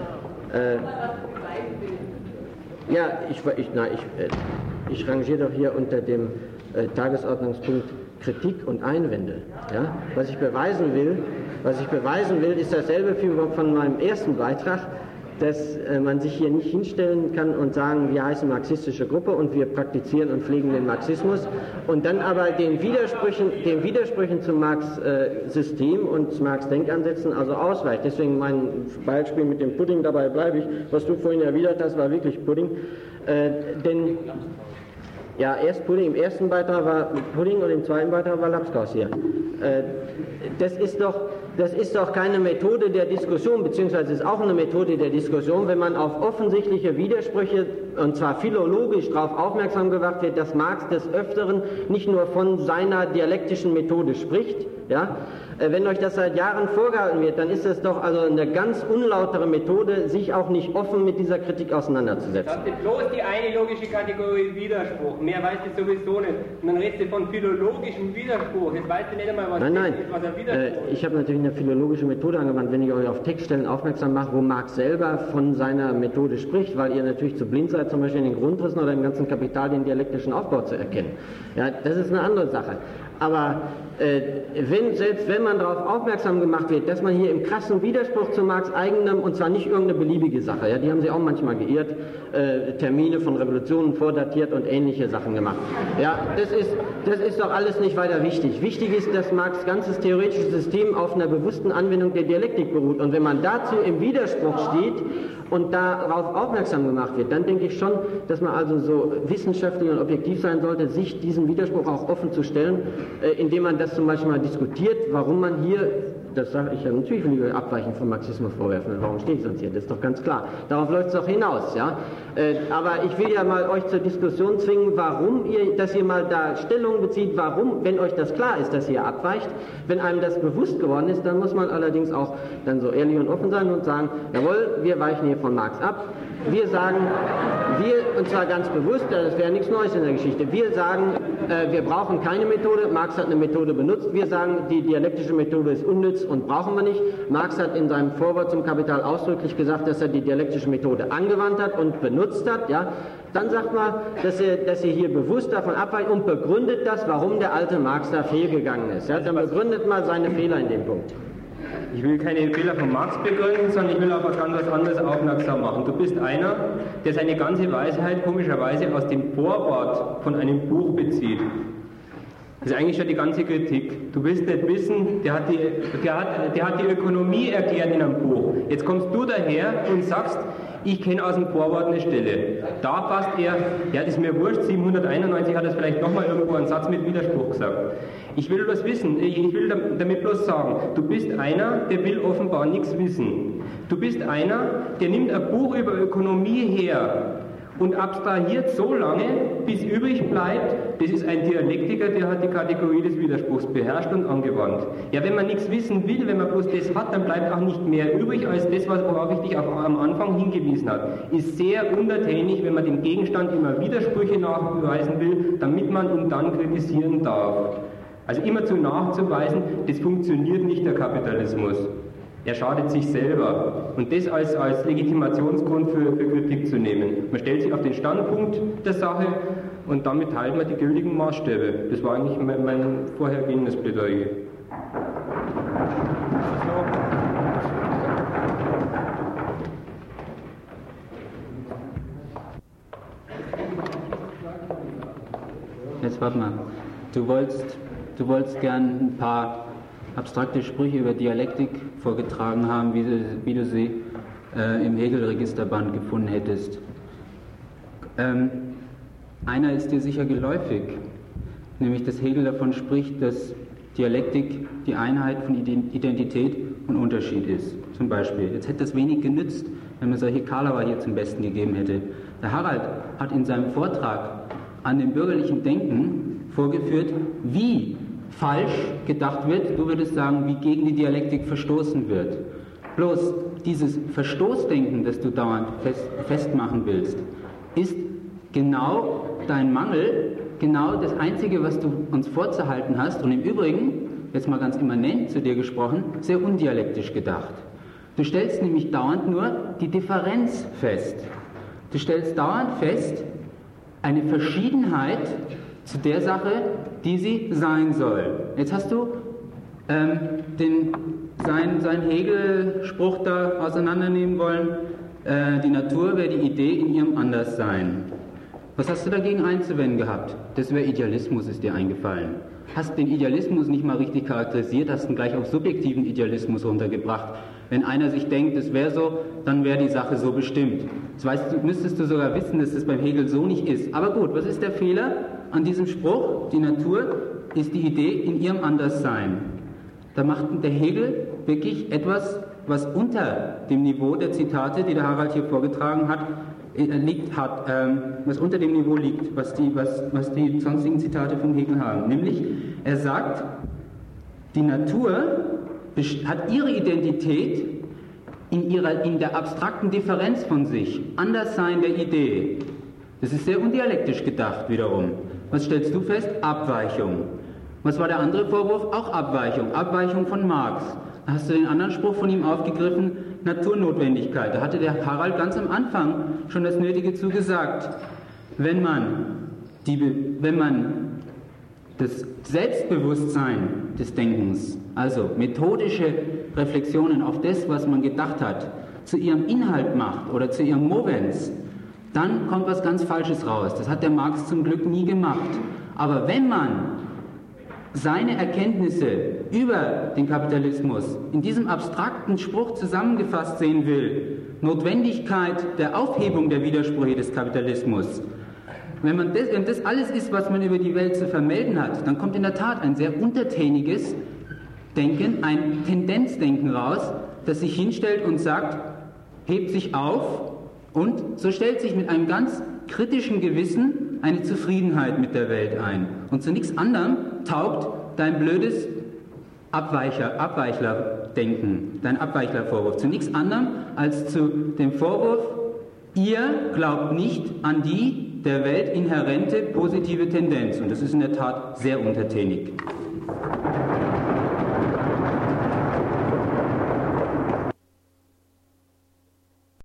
Ich rangiere doch hier unter dem Tagesordnungspunkt Kritik und Einwände. Ja? Was ich beweisen will, ist dasselbe wie von meinem ersten Beitrag, dass man sich hier nicht hinstellen kann und sagen, wir heißen marxistische Gruppe und wir praktizieren und pflegen den Marxismus und dann aber den Widersprüchen zum Marx-System und Marx Denkansätzen also ausweicht. Deswegen mein Beispiel mit dem Pudding, dabei bleibe ich. Was du vorhin erwidert hast, war wirklich Pudding. Denn ja, erst Pudding, im ersten Beitrag war Pudding und im zweiten Beitrag war Lapskaus hier. Das ist doch keine Methode der Diskussion, beziehungsweise ist auch eine Methode der Diskussion, wenn man auf offensichtliche Widersprüche und zwar philologisch darauf aufmerksam gemacht wird, dass Marx des Öfteren nicht nur von seiner dialektischen Methode spricht, ja, wenn euch das seit Jahren vorgehalten wird, dann ist es doch also eine ganz unlautere Methode, sich auch nicht offen mit dieser Kritik auseinanderzusetzen. Das ist bloß die eine logische Kategorie Widerspruch. Mehr weißt du sowieso nicht. Und dann redest du von philologischem Widerspruch. Jetzt weißt du nicht einmal, was nein, was ein Widerspruch ist. Ich habe natürlich eine philologische Methode angewandt, wenn ich euch auf Textstellen aufmerksam mache, wo Marx selber von seiner Methode spricht, weil ihr natürlich zu blind seid, zum Beispiel in den Grundrissen oder im ganzen Kapital den dialektischen Aufbau zu erkennen. Ja, das ist eine andere Sache. Aber selbst wenn man darauf aufmerksam gemacht wird, dass man hier im krassen Widerspruch zu Marx eigenem, und zwar nicht irgendeine beliebige Sache, ja, die haben sie auch manchmal geirrt, Termine von Revolutionen vordatiert und ähnliche Sachen gemacht. Ja, das ist doch alles nicht weiter wichtig. Wichtig ist, dass Marx' ganzes theoretisches System auf einer bewussten Anwendung der Dialektik beruht. Und wenn man dazu im Widerspruch steht und darauf aufmerksam gemacht wird, dann denke ich schon, dass man also so wissenschaftlich und objektiv sein sollte, sich diesen Widerspruch auch offen zu stellen, indem man das zum Beispiel mal diskutiert, warum man hier, das sage ich ja natürlich, will ich abweichend vom Marxismus vorwerfen, warum stehe ich sonst hier, das ist doch ganz klar. Darauf läuft es doch hinaus, ja. Aber ich will ja mal euch zur Diskussion zwingen, dass ihr mal da Stellung bezieht, warum, wenn euch das klar ist, dass ihr abweicht, wenn einem das bewusst geworden ist, dann muss man allerdings auch dann so ehrlich und offen sein und sagen, jawohl, wir weichen hier von Marx ab. Wir sagen, und zwar ganz bewusst, das wäre nichts Neues in der Geschichte, wir sagen, wir brauchen keine Methode, Marx hat eine Methode benutzt, wir sagen, die dialektische Methode ist unnütz und brauchen wir nicht. Marx hat in seinem Vorwort zum Kapital ausdrücklich gesagt, dass er die dialektische Methode angewandt hat und benutzt hat, ja. Dann sagt man, dass er hier bewusst davon abweicht und begründet das, warum der alte Marx da fehlgegangen ist. Ja. Dann begründet mal seine Fehler in dem Punkt. Ich will keine Fehler von Marx begründen, sondern ich will auf was ganz anderes aufmerksam machen. Du bist einer, der seine ganze Weisheit komischerweise aus dem Vorwort von einem Buch bezieht. Das ist eigentlich schon die ganze Kritik. Du willst nicht wissen, der hat die Ökonomie erklärt in einem Buch. Jetzt kommst du daher und sagst, ich kenne aus dem Vorwort eine Stelle. Da fasst er, ja, das ist mir wurscht, 791 hat er vielleicht nochmal irgendwo einen Satz mit Widerspruch gesagt. Ich will was wissen, ich will damit bloß sagen, du bist einer, der will offenbar nichts wissen. Du bist einer, der nimmt ein Buch über Ökonomie her und abstrahiert so lange, bis übrig bleibt, das ist ein Dialektiker, der hat die Kategorie des Widerspruchs beherrscht und angewandt. Ja, wenn man nichts wissen will, wenn man bloß das hat, dann bleibt auch nicht mehr übrig als das, worauf ich dich am Anfang hingewiesen habe. Ist sehr untertänig, wenn man dem Gegenstand immer Widersprüche nachweisen will, damit man ihn dann kritisieren darf. Also immerzu nachzuweisen, das funktioniert nicht, der Kapitalismus. Er schadet sich selber. Und das als Legitimationsgrund für Kritik zu nehmen. Man stellt sich auf den Standpunkt der Sache und damit teilt man die gültigen Maßstäbe. Das war eigentlich mein vorhergehendes Plädoyer. Jetzt warte mal. Du wolltest gern ein paar abstrakte Sprüche über Dialektik vorgetragen haben, wie du sie im Hegel-Registerband gefunden hättest. Einer ist dir sicher geläufig, nämlich dass Hegel davon spricht, dass Dialektik die Einheit von Identität und Unterschied ist. Zum Beispiel. Jetzt hätte es wenig genützt, wenn man solche Karlauer hier zum Besten gegeben hätte. Der Harald hat in seinem Vortrag an dem bürgerlichen Denken vorgeführt, wie falsch gedacht wird, du würdest sagen, wie gegen die Dialektik verstoßen wird. Bloß dieses Verstoßdenken, das du dauernd festmachen willst, ist genau dein Mangel, genau das Einzige, was du uns vorzuhalten hast und im Übrigen, jetzt mal ganz immanent zu dir gesprochen, sehr undialektisch gedacht. Du stellst nämlich dauernd nur die Differenz fest. Du stellst dauernd fest, eine Verschiedenheit zu der Sache, die sie sein soll. Jetzt hast du seinen Hegel-Spruch da auseinandernehmen wollen, die Natur wäre die Idee in ihrem Anderssein. Was hast du dagegen einzuwenden gehabt? Das wäre Idealismus, ist dir eingefallen. Hast den Idealismus nicht mal richtig charakterisiert, hast ihn gleich auf subjektiven Idealismus runtergebracht. Wenn einer sich denkt, es wäre so, dann wäre die Sache so bestimmt. Das müsstest du sogar wissen, dass das beim Hegel so nicht ist. Aber gut, was ist der Fehler an diesem Spruch? Die Natur ist die Idee in ihrem Anderssein. Da macht der Hegel wirklich etwas, was unter dem Niveau der Zitate, die der Harald hier vorgetragen hat, was unter dem Niveau liegt, was die sonstigen Zitate von Hegel haben. Nämlich, er sagt, die Natur hat ihre Identität in der abstrakten Differenz von sich, Anderssein der Idee. Das ist sehr undialektisch gedacht wiederum. Was stellst du fest? Abweichung. Was war der andere Vorwurf? Auch Abweichung. Abweichung von Marx. Da hast du den anderen Spruch von ihm aufgegriffen, Naturnotwendigkeit. Da hatte der Harald ganz am Anfang schon das Nötige zugesagt. Wenn man das Selbstbewusstsein des Denkens, also methodische Reflexionen auf das, was man gedacht hat, zu ihrem Inhalt macht oder zu ihrem Movens, dann kommt was ganz Falsches raus. Das hat der Marx zum Glück nie gemacht. Aber wenn man seine Erkenntnisse über den Kapitalismus in diesem abstrakten Spruch zusammengefasst sehen will, Notwendigkeit der Aufhebung der Widersprüche des Kapitalismus, wenn das alles ist, was man über die Welt zu vermelden hat, dann kommt in der Tat ein sehr untertäniges Denken, ein Tendenzdenken raus, das sich hinstellt und sagt, hebt sich auf und so stellt sich mit einem ganz kritischen Gewissen eine Zufriedenheit mit der Welt ein. Und zu nichts anderem taugt dein blödes Abweichlerdenken, dein Abweichlervorwurf. Zu nichts anderem als zu dem Vorwurf, ihr glaubt nicht an die der Welt inhärente positive Tendenz. Und das ist in der Tat sehr untertänig.